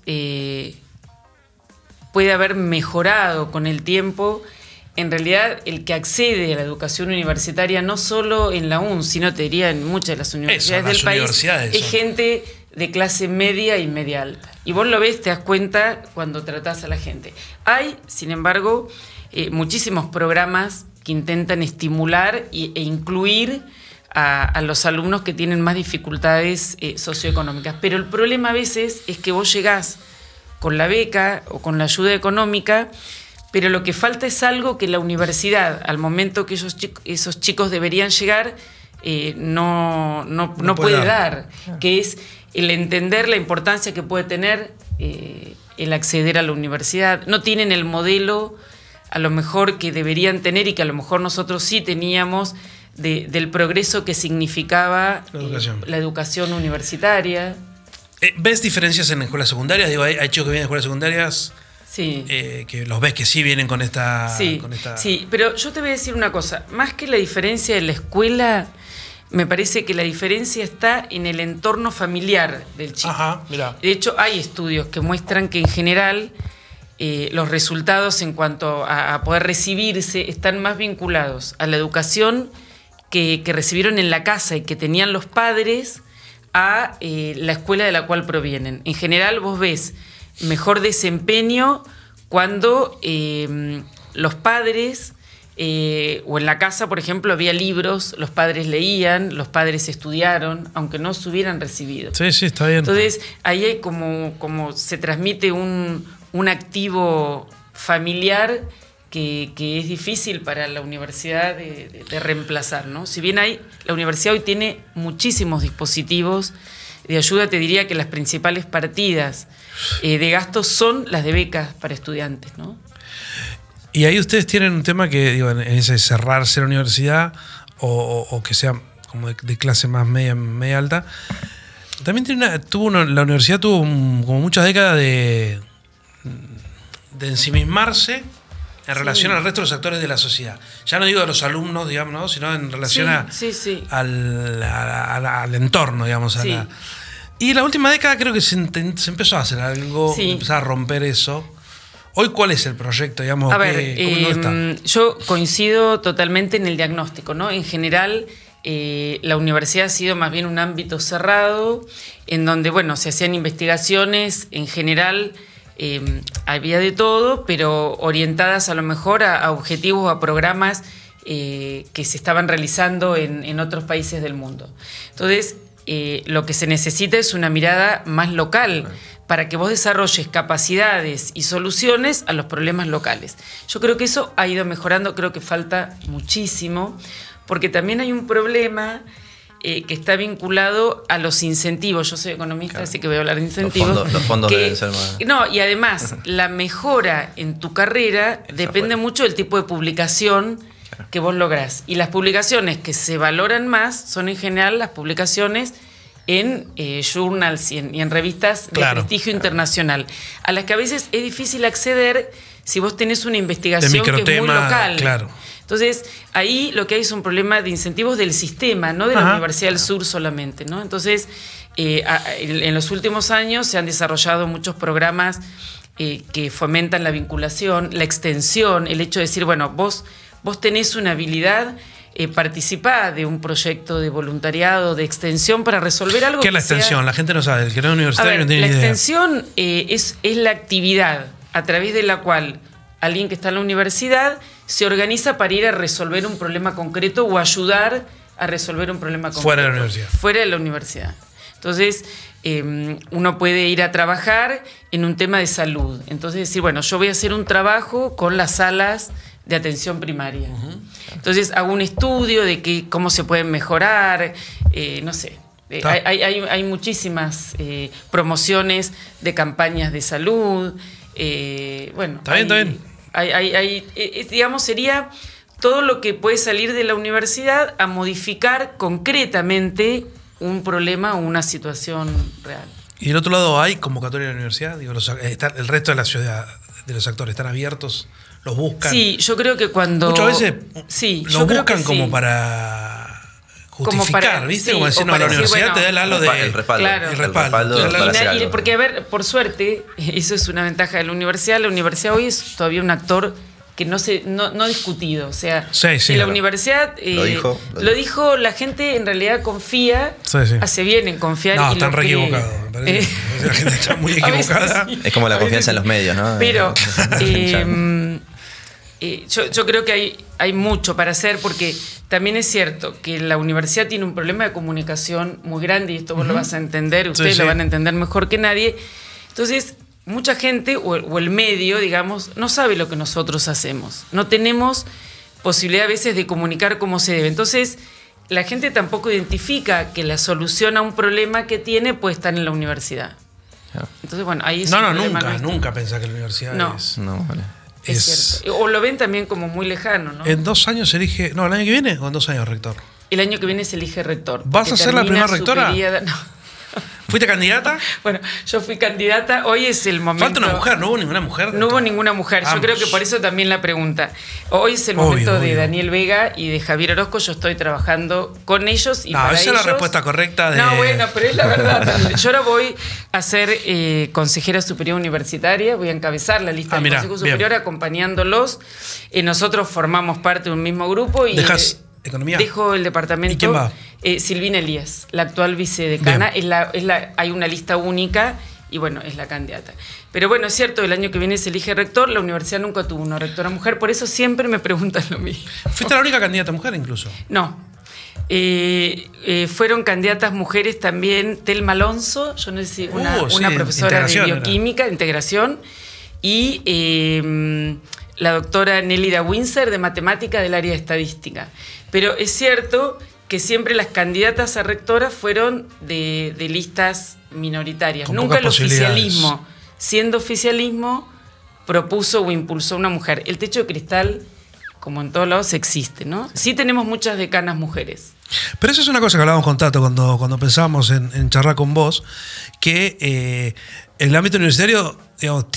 puede haber mejorado con el tiempo, en realidad el que accede a la educación universitaria, no solo en la UNS, sino te diría en muchas de las universidades del país, es gente de clase media y media alta. Y vos lo ves, te das cuenta cuando tratás a la gente. Hay, sin embargo, muchísimos programas que intentan estimular e incluir a los alumnos que tienen más dificultades socioeconómicas. Pero el problema a veces es que vos llegás con la beca o con la ayuda económica, pero lo que falta es algo que la universidad, al momento que esos chicos deberían llegar, no puede dar, que es el entender la importancia que puede tener el acceder a la universidad. No tienen el modelo a lo mejor que deberían tener y que a lo mejor nosotros sí teníamos del progreso que significaba la educación universitaria. ¿Ves diferencias en escuelas secundarias? Digo, hay chicos que vienen de escuelas secundarias sí. Que los ves que sí vienen con esta... Sí, pero yo te voy a decir una cosa. Más que la diferencia de la escuela, me parece que la diferencia está en el entorno familiar del chico. Ajá, mirá. De hecho, hay estudios que muestran que en general los resultados en cuanto a poder recibirse están más vinculados a la educación que recibieron en la casa y que tenían los padres a la escuela de la cual provienen. En general vos ves mejor desempeño cuando los padres, o en la casa, por ejemplo, había libros, los padres leían, los padres estudiaron, aunque no se hubieran recibido. Sí, está bien. Entonces, ahí hay como se transmite un activo familiar que es difícil para la universidad de reemplazar, ¿no? Si bien la universidad hoy tiene muchísimos dispositivos de ayuda, te diría que las principales partidas de gastos son las de becas para estudiantes, ¿no? Y ahí ustedes tienen un tema que, digo, en ese cerrarse la universidad o que sea como de clase más media alta. También la universidad tuvo como muchas décadas de ensimismarse en relación al resto de los actores de la sociedad. Ya no digo de los alumnos, digamos, ¿no? Sino en relación al entorno, digamos. Sí. Y la última década creo que se empezó a hacer algo, empezar a romper eso. Hoy, ¿cuál es el proyecto? Digamos, a ver, ¿cómo está? Yo coincido totalmente en el diagnóstico, ¿no? En general, la universidad ha sido más bien un ámbito cerrado, en donde, bueno, se hacían investigaciones, en general había de todo, pero orientadas a lo mejor a objetivos o a programas que se estaban realizando en otros países del mundo. Entonces, lo que se necesita es una mirada más local, para que vos desarrolles capacidades y soluciones a los problemas locales. Yo creo que eso ha ido mejorando, creo que falta muchísimo, porque también hay un problema que está vinculado a los incentivos. Yo soy economista, así que voy a hablar de incentivos. Los fondos deben ser más... No, y además, la mejora en tu carrera depende mucho del tipo de publicación que vos lográs. Y las publicaciones que se valoran más son en general las publicaciones en journals y en revistas de prestigio internacional, a las que a veces es difícil acceder si vos tenés una investigación que es muy local. Claro. Entonces, ahí lo que hay es un problema de incentivos del sistema, no de la Universidad del Sur solamente, ¿no? Entonces, en los últimos años se han desarrollado muchos programas que fomentan la vinculación, la extensión, el hecho de decir, bueno, vos tenés una habilidad, participá de un proyecto de voluntariado, de extensión para resolver algo. ¿Qué es la extensión? La gente no sabe, el que no es universitario no tiene la idea. La extensión es la actividad a través de la cual alguien que está en la universidad se organiza para ir a resolver un problema concreto o ayudar a resolver un problema concreto. Fuera de la universidad. Fuera de la universidad. Entonces, uno puede ir a trabajar en un tema de salud. Entonces, decir, bueno, yo voy a hacer un trabajo con las salas de atención primaria. Entonces, hago un estudio de cómo se pueden mejorar, no sé. Hay muchísimas promociones de campañas de salud. Bueno, está bien. Digamos, sería todo lo que puede salir de la universidad a modificar concretamente un problema o una situación real. Y del otro lado, ¿hay convocatoria de la universidad? Digo, el resto de la ciudad, de los actores, ¿están abiertos? ¿Los buscan? Sí, yo creo que cuando... Muchas veces los buscan como sí, para justificar, ¿viste? Como decir, no, la universidad te da el halo de... El respaldo. Claro. El respaldo. Porque, a ver, por suerte, eso es una ventaja de la universidad. La universidad hoy es todavía un actor que no discutido. O sea, en la universidad lo dijo, la gente en realidad confía, hace bien en confiar. No, están re equivocados. La gente está muy equivocada. Es como la confianza en los medios, ¿no? Pero yo creo que hay mucho para hacer, porque también es cierto que la universidad tiene un problema de comunicación muy grande, y esto vos lo vas a entender, ustedes lo van a entender mejor que nadie. Entonces, mucha gente o el medio, digamos, no sabe lo que nosotros hacemos. No tenemos posibilidad a veces de comunicar como se debe. Entonces, la gente tampoco identifica que la solución a un problema que tiene puede estar en la universidad. Entonces, bueno, ahí es nunca pensás que la universidad es... No, vale. Es cierto. O lo ven también como muy lejano, ¿no? En 2 años se elige... No, ¿el año que viene o en 2 años rector? El año que viene se elige rector. ¿Vas a ser la primera rectora? No. ¿Fuiste candidata? Bueno, yo fui candidata. Hoy es el momento... Falta una mujer, ¿no hubo ninguna mujer? No hubo ninguna mujer. Yo creo que por eso también la pregunta. Hoy es el momento de Daniel Vega y de Javier Orozco. Yo estoy trabajando con ellos y para ellos... No, esa es la respuesta correcta de... No, bueno, pero es la verdad. Yo ahora voy a ser consejera superior universitaria. Voy a encabezar la lista del Consejo Superior acompañándolos. Nosotros formamos parte de un mismo grupo y... ¿Dejás economía? Dejo el departamento. ¿Y quién va? Silvina Elías, la actual vicedecana. Hay una lista única y bueno, es la candidata. Pero bueno, es cierto, el año que viene se elige rector. La universidad nunca tuvo una rectora mujer, por eso siempre me preguntan lo mismo. ¿Fuiste la única candidata mujer incluso? No. Fueron candidatas mujeres también Telma Alonso, yo no sé si una profesora de bioquímica, de integración, y la doctora Nélida Windsor de matemática del área de estadística. Pero es cierto que siempre las candidatas a rectora fueron de listas minoritarias. Con Nunca pocas el posibilidades. oficialismo, siendo oficialismo, propuso o impulsó a una mujer. El techo de cristal, como en todos lados, existe, ¿no? Sí tenemos muchas decanas mujeres. Pero eso es una cosa que hablábamos con Tato cuando pensábamos en charlar con vos, que el ámbito universitario, digamos,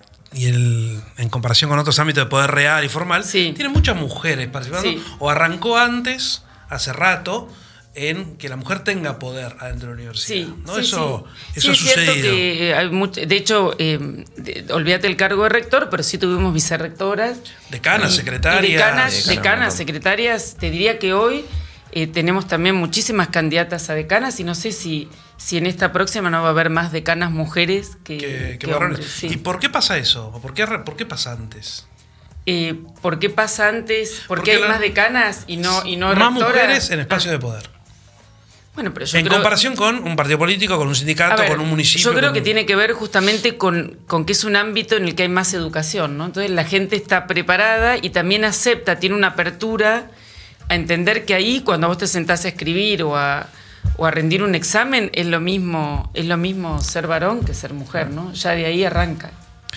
en comparación con otros ámbitos de poder real y formal, Sí. tiene muchas mujeres participando, Sí. o arrancó antes, hace rato, en que la mujer tenga poder adentro de la universidad. Sí, ¿no? sí, Eso sí. ha Sí, es cierto sucedido. que hay de hecho, olvídate el cargo de rector, pero sí tuvimos vicerrectoras. Decanas, Y secretarias. decanas, secretarias. Te diría que hoy tenemos también muchísimas candidatas a decanas y no sé si en esta próxima no va a haber más decanas mujeres que varones. hombres. Sí. ¿Y por qué pasa eso? ¿O por qué pasa antes? ¿Por qué pasa antes? ¿Por Porque qué hay la- más decanas y no Más rectoras? mujeres en espacios de poder. Bueno, pero yo En creo, comparación con un partido político, con un a sindicato, ver, con un municipio. yo creo con que un- tiene que ver justamente con que es un ámbito en el que hay más educación, ¿no? Entonces la gente está preparada y también acepta, tiene una apertura a entender que ahí cuando vos te sentás a escribir o a rendir un examen es lo mismo ser varón que ser mujer, ¿no? Ya de ahí arranca.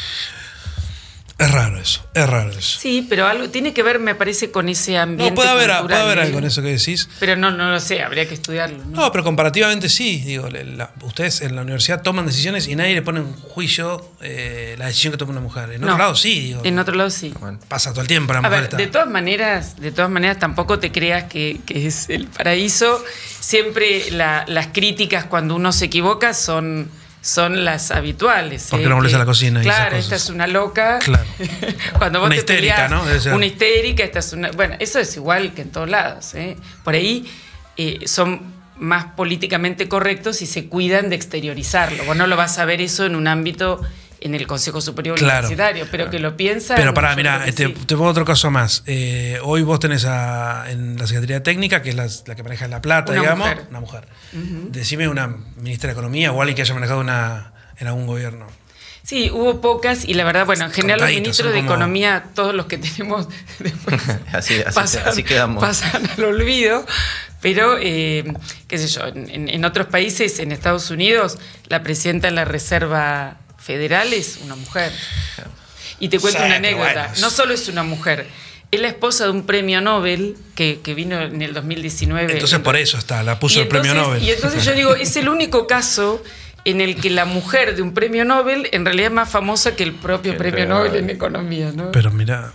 Es raro eso. Sí, pero algo tiene que ver, me parece, con ese ambiente No, puede haber cultural, algo en eso que decís. Pero no lo sé, habría que estudiarlo, ¿no? No, pero comparativamente sí. Digo, ustedes en la universidad toman decisiones y nadie le pone en juicio la decisión que toma una mujer. En No. otro lado sí. Digo, En otro lado sí. Bueno, pasa todo el tiempo la A mujer ver, está. de todas maneras, tampoco te creas que es el paraíso. Siempre las críticas cuando uno se equivoca son las habituales. ¿Por qué no volvés a la cocina y esas Claro, cosas? esta es una loca. Claro. Cuando vos Una te histérica, peleás, ¿no? Debe ser. una histérica, esta es una... Bueno, eso es igual que en todos lados. Por ahí son más políticamente correctos y se cuidan de exteriorizarlo. Vos no lo vas a ver eso en un ámbito en el Consejo Superior Claro. Universitario, pero que lo piensan... Pero pará, yo mirá, creo que te sí. pongo otro caso más. Hoy vos tenés en la Secretaría Técnica, que es la que maneja La Plata, Una digamos, mujer. una mujer. Decime una ministra de Economía o alguien que haya manejado en algún gobierno. Sí, hubo pocas y la verdad, bueno, en general los Contaditos, ministros son de como- Economía, todos los que tenemos después así quedamos. pasan al olvido, pero qué sé yo, en otros países, en Estados Unidos, la presidenta de la Reserva Federal es una mujer. Y te cuento Sí, una pero anécdota, bueno. no solo es una mujer, es la esposa de un premio Nobel que vino en el 2019. Entonces por eso la puso el premio Nobel. Y entonces yo digo, es el único caso en el que la mujer de un premio Nobel en realidad es más famosa que el propio El premio premio Nobel Nobel. en economía, ¿no? Pero mirá,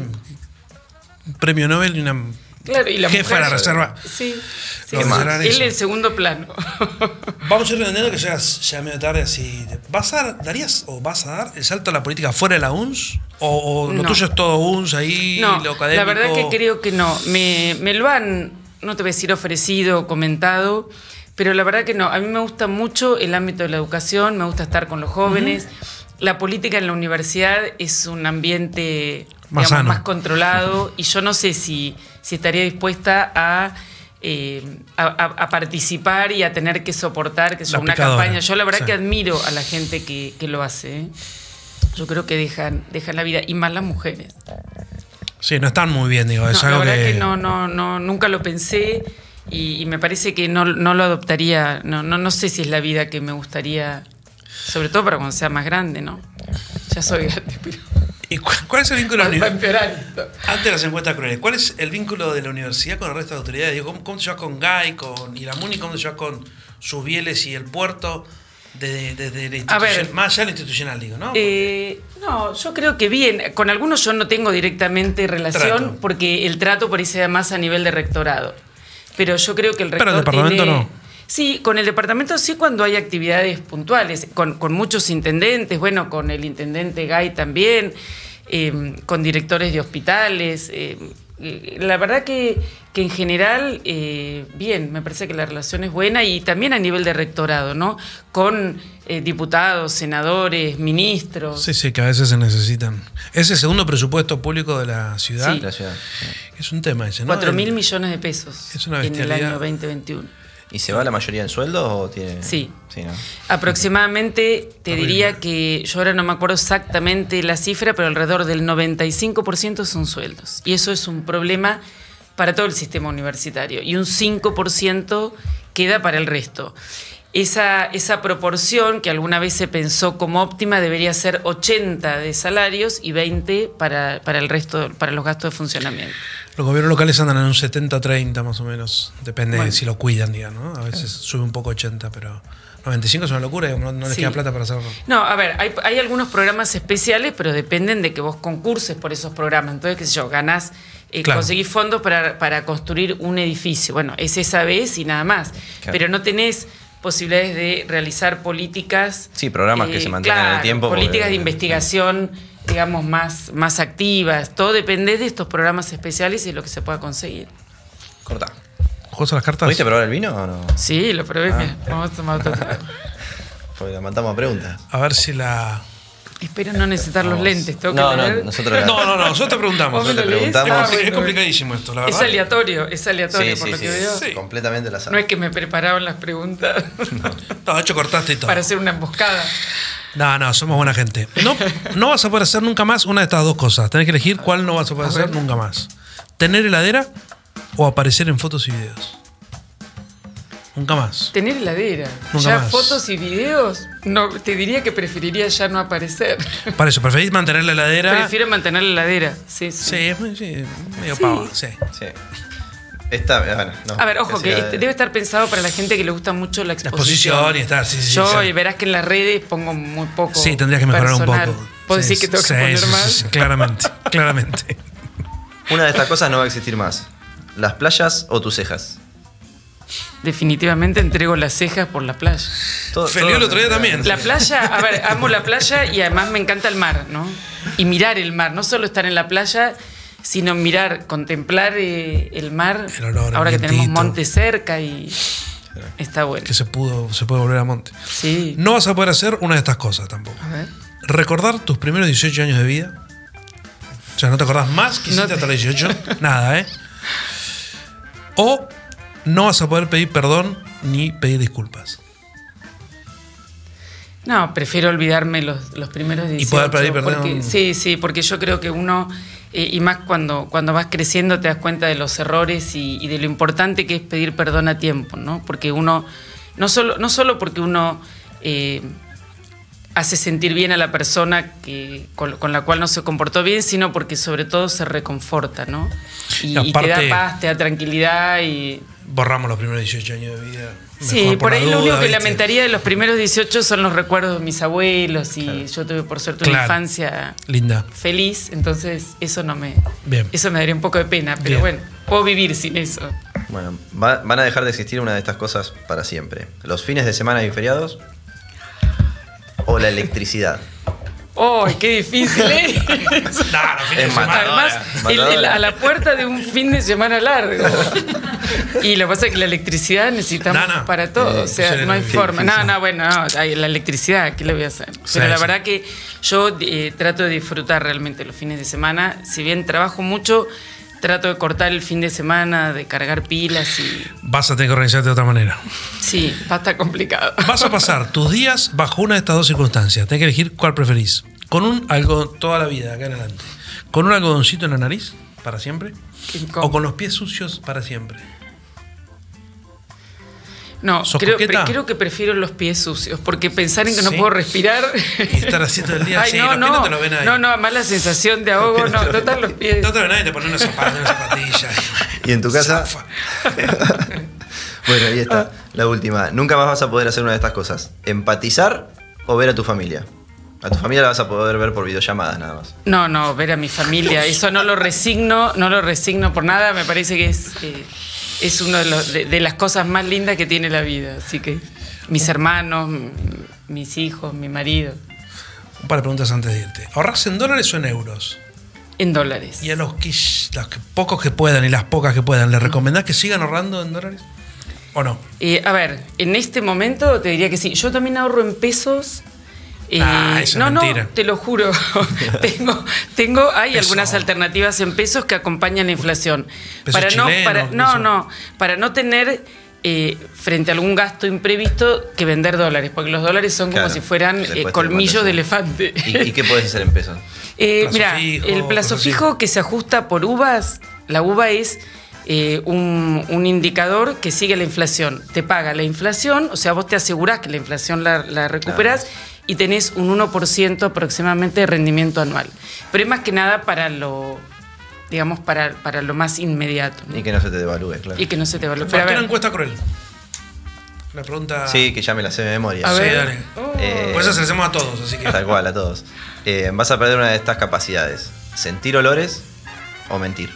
un premio Nobel y una Claro, y la jefa de la mujer- Reserva. Sí, sí, No, sí. serán Él eso. en segundo plano. Vamos a ir entendiendo que ya medio tarde así. ¿Darías o vas a dar el salto a la política fuera de la UNS? ¿O lo No. tuyo es todo UNS ahí, No, lo académico? la verdad que creo que no. Me lo han, no te voy a decir ofrecido, comentado, pero la verdad que no. A mí me gusta mucho el ámbito de la educación, me gusta estar con los jóvenes. La política en la universidad es un ambiente Más sano. más controlado y yo no sé si estaría dispuesta a participar y a tener que soportar que La una picadora, campaña. Yo la verdad sí. que admiro a la gente que lo hace. ¿eh? Yo creo que dejan la vida, y más las mujeres. Sí, no están muy bien, digo. Es No, la algo verdad que... que no, nunca lo pensé y me parece que no lo adoptaría. No sé si es la vida que me gustaría, sobre todo para cuando sea más grande, ¿no? Ya soy grande, pero ¿Y cuál es el vínculo de la va a universidad? empeorar esto. Antes de las encuestas crueles, ¿cuál es el vínculo de la universidad con el resto de autoridades? Digo, ¿cómo te llevas con GAI, con Iramuni, cómo te llevas con Subieles y el puerto desde la institución, ver. más allá de lo institucional, digo, ¿no? No, yo creo que bien. Con algunos yo no tengo directamente relación Trato. porque el trato por ahí se da más a nivel de rectorado. Pero yo creo que el rector Pero el departamento tiene... no. Sí, con el departamento sí cuando hay actividades puntuales, con muchos intendentes, bueno, con el intendente Gay también, con directores de hospitales. La verdad que en general, bien, me parece que la relación es buena y también a nivel de rectorado, ¿no? Con diputados, senadores, ministros. Sí, que a veces se necesitan. Es el segundo presupuesto público de la ciudad. Sí. La ciudad. Es un tema ese, ¿no? 4.000 millones de pesos Es una en el bestialidad. año 2021. ¿Y se va la mayoría en sueldos o tiene...? Sí. Sí, ¿no? Aproximadamente, te Horrible. diría que yo ahora no me acuerdo exactamente la cifra, pero alrededor del 95% son sueldos. Y eso es un problema para todo el sistema universitario. Y un 5% queda para el resto. Esa proporción que alguna vez se pensó como óptima debería ser 80 de salarios y 20 para el resto, para los gastos de funcionamiento. Los gobiernos locales andan en un 70-30 más o menos. Depende Bueno. de si lo cuidan, digamos, ¿no? A veces sube un poco 80, pero 95 es una locura, digamos, no les Sí. queda plata para hacerlo. No, a ver, hay algunos programas especiales, pero dependen de que vos concurses por esos programas. Entonces, qué sé yo, ganás, Claro. conseguís fondos para construir un edificio. Bueno, es esa vez y nada más. Claro. Pero no tenés posibilidades de realizar políticas. Sí, programas que se mantengan en el claro, tiempo, políticas porque- de investigación, digamos, más activas. Todo depende de estos programas especiales y de lo que se pueda conseguir. Corta. ¿Juegos a las cartas? ¿Pudiste probar el vino o no? Sí, lo probé. Ah. Mira, vamos a tomar otro trago. Porque la matamos a preguntas. A ver si la... Espero no necesitar los Vamos. lentes. Tengo No, que no, leer. nosotros No, nosotros te preguntamos. ¿Vos me lo te lees? preguntamos. Es bueno. complicadísimo esto, la verdad. Es aleatorio Sí, por sí, lo sí, que veo. Sí. completamente la No es que me preparaban las preguntas No, de hecho cortaste y todo. para hacer una emboscada. No, somos buena gente. No vas a poder hacer nunca más una de estas dos cosas. Tenés que elegir cuál no vas a poder hacer nunca más. ¿Tener heladera o aparecer en fotos y videos? Nunca más. Tener heladera. Nunca Ya más. fotos y videos, no, te diría que preferiría ya no aparecer. Para eso, ¿preferís mantener la heladera? Prefiero mantener la heladera. Sí, sí. Sí, medio Sí. pava, sí. Sí. Esta, bueno, no. A ver, ojo, Casi que la- debe estar pensado para la gente que le gusta mucho la La exposición. exposición y estar, sí. Yo, sí. y verás que en las redes pongo muy poco. Sí, tendrías que mejorar personal. un poco. ¿Puedo Sí, decir que tengo sí, que poner sí, más? sí, claramente. Una de estas cosas no va a existir más. ¿Las playas o tus cejas? Definitivamente entrego las cejas por la playa. Feliu el otro día también. La playa, a ver, amo la playa y además me encanta el mar, ¿no? Y mirar el mar, no solo estar en la playa, sino mirar, contemplar el mar. El olor, el ahora que tenemos vientito. monte cerca y está bueno. Que se puede volver a monte. Sí. No vas a poder hacer una de estas cosas tampoco. A ver. Recordar tus primeros 18 años de vida. O sea, ¿no te acordás más que hiciste No te- hasta los 18? Nada, ¿eh? O no vas a poder pedir perdón ni pedir disculpas. No, prefiero olvidarme los primeros 18. poder pedir perdón. Porque, sí, porque yo creo que uno, y más cuando vas creciendo, te das cuenta de los errores y de lo importante que es pedir perdón a tiempo, ¿no? Porque uno, no solo porque uno hace sentir bien a la persona con la cual no se comportó bien, sino porque sobre todo se reconforta, ¿no? Y te aparte- da paz, te da tranquilidad y... Borramos los primeros 18 años de vida. Sí, Mejor por la ahí lo duda, único que ¿viste? lamentaría de los primeros 18 son los recuerdos de mis abuelos y yo tuve por suerte una Claro. infancia Linda. feliz, entonces eso Bien. eso me daría un poco de pena, pero Bien. bueno, puedo vivir sin eso. Bueno, van a dejar de existir una de estas cosas para siempre. ¿Los fines de semana y feriados? ¿O la electricidad? ¡Oh, qué difícil! ¿Eh? No, los fines de Es semana. Además, matadora. a la puerta de un fin de semana largo. Y lo que pasa es que la electricidad necesitamos No. para todo. O sea, Sí, no hay sí, forma. sí, No, bueno, la electricidad, ¿qué le voy a hacer? Pero la sí. verdad que yo trato de disfrutar realmente los fines de semana. Si bien trabajo mucho, trato de cortar el fin de semana, de cargar pilas y... Vas a tener que organizarte de otra manera. Sí, va a estar complicado. Vas a pasar tus días bajo una de estas dos circunstancias. Tenés que elegir cuál preferís. Con un algodón, toda la vida, acá en adelante. ¿Con un algodoncito en la nariz, para siempre? Qué incómodo. ¿O con los pies sucios para siempre? No, ¿Sos creo coqueta? que prefiero los pies sucios, porque pensar en que no Sí. puedo respirar... Y estar así todo el día. Ay, sí, no, los pies no te lo ven ahí. no, más la sensación de ahogo, no están los pies. No te ven ahí, te ponen una zapatilla. ¿Y en tu casa? Zafa. Bueno, ahí está. La última. Nunca más vas a poder hacer una de estas cosas. ¿Empatizar o ver a tu familia? A tu familia la vas a poder ver por videollamadas nada más. No, ver a mi familia, eso no lo resigno por nada, me parece que es una de las cosas más lindas que tiene la vida, así que mis hermanos, mis hijos, mi marido, Un par de preguntas antes de irte. ¿Ahorrás en dólares o en euros? en dólares. Y a los pocos que puedan y las pocas que puedan, ¿les recomendás que sigan ahorrando en dólares? ¿O no? A ver, en este momento te diría que sí, yo también ahorro en pesos. Eso es mentira. No, te lo juro. Hay Peso. algunas alternativas en pesos que acompañan la inflación. Peso chileno, peso- Para no tener frente a algún gasto imprevisto que vender dólares, porque los dólares son como Claro, si fueran después colmillos de te elefante. ¿Y qué podés hacer en pesos? Mira, fijo, el plazo cosas fijo que se ajusta por uvas, la uva es un indicador que sigue la inflación. Te paga la inflación, o sea, vos te asegurás que la inflación la recuperás. Claro. Y tenés un 1% aproximadamente de rendimiento anual. Pero es más que nada para lo, digamos, para lo más inmediato, ¿no? Y que no se te devalúe, claro. Y que no se te devalúe. Faltó una encuesta cruel. La pregunta... Sí, que ya me la sé de memoria. A ver. Sí, dale. Por eso se la hacemos a todos, así que... Tal cual, a todos. Vas a perder una de estas capacidades. Sentir olores o mentir.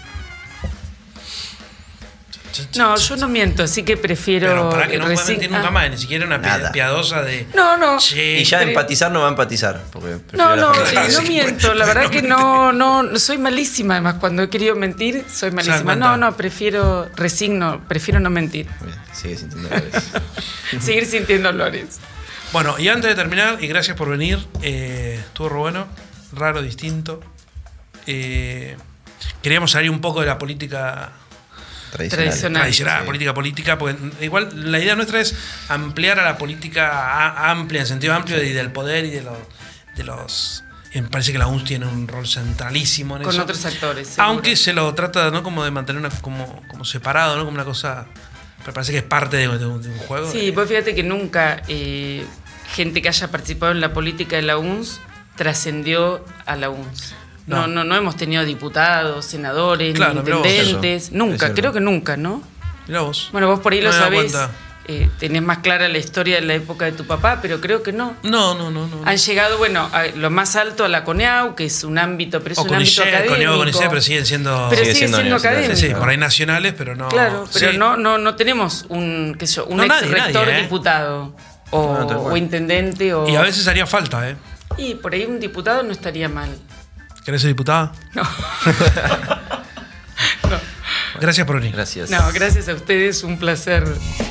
No, yo no miento, así que prefiero... Pero para que no pueda mentir nunca más, ni siquiera una piadosa de... No. Che, y ya de empatizar no va a empatizar. No miento, la verdad que no, soy malísima, además, cuando he querido mentir, soy malísima. Prefiero no mentir. Bien, sigue sintiendo olores. Seguir sintiendo olores. Bueno, y antes de terminar, y gracias por venir, estuvo re bueno, raro, distinto. Queríamos salir un poco de la política... Tradicional, política, porque igual la idea nuestra es ampliar a la política amplia, en sentido amplio, y del poder y de los y me parece que la UNS tiene un rol centralísimo en con eso. Con otros actores, seguro. Aunque se lo trata, ¿no?, como de mantener como separado, ¿no?, como una cosa, pero parece que es parte de un juego. Sí, pues fíjate que nunca gente que haya participado en la política de la UNS trascendió a la UNS. No hemos tenido diputados, senadores, ni intendentes. Nunca, creo que nunca, ¿no? Mirá vos. Bueno, vos por ahí lo sabés. Tenés más clara la historia de la época de tu papá, pero creo que no. No. Han llegado, a lo más alto a la CONEAU, que es un ámbito, pero es un ámbito académico. CONEAU, CONICET, pero siguen siendo... Pero sigue siendo académico. Sí, por ahí nacionales, pero no... Claro, pero no tenemos un ex rector diputado o intendente o... Y a veces haría falta, ¿eh? Y por ahí un diputado no estaría mal. ¿Querés ser diputada? No. Gracias por venir. Gracias. No, gracias a ustedes, un placer.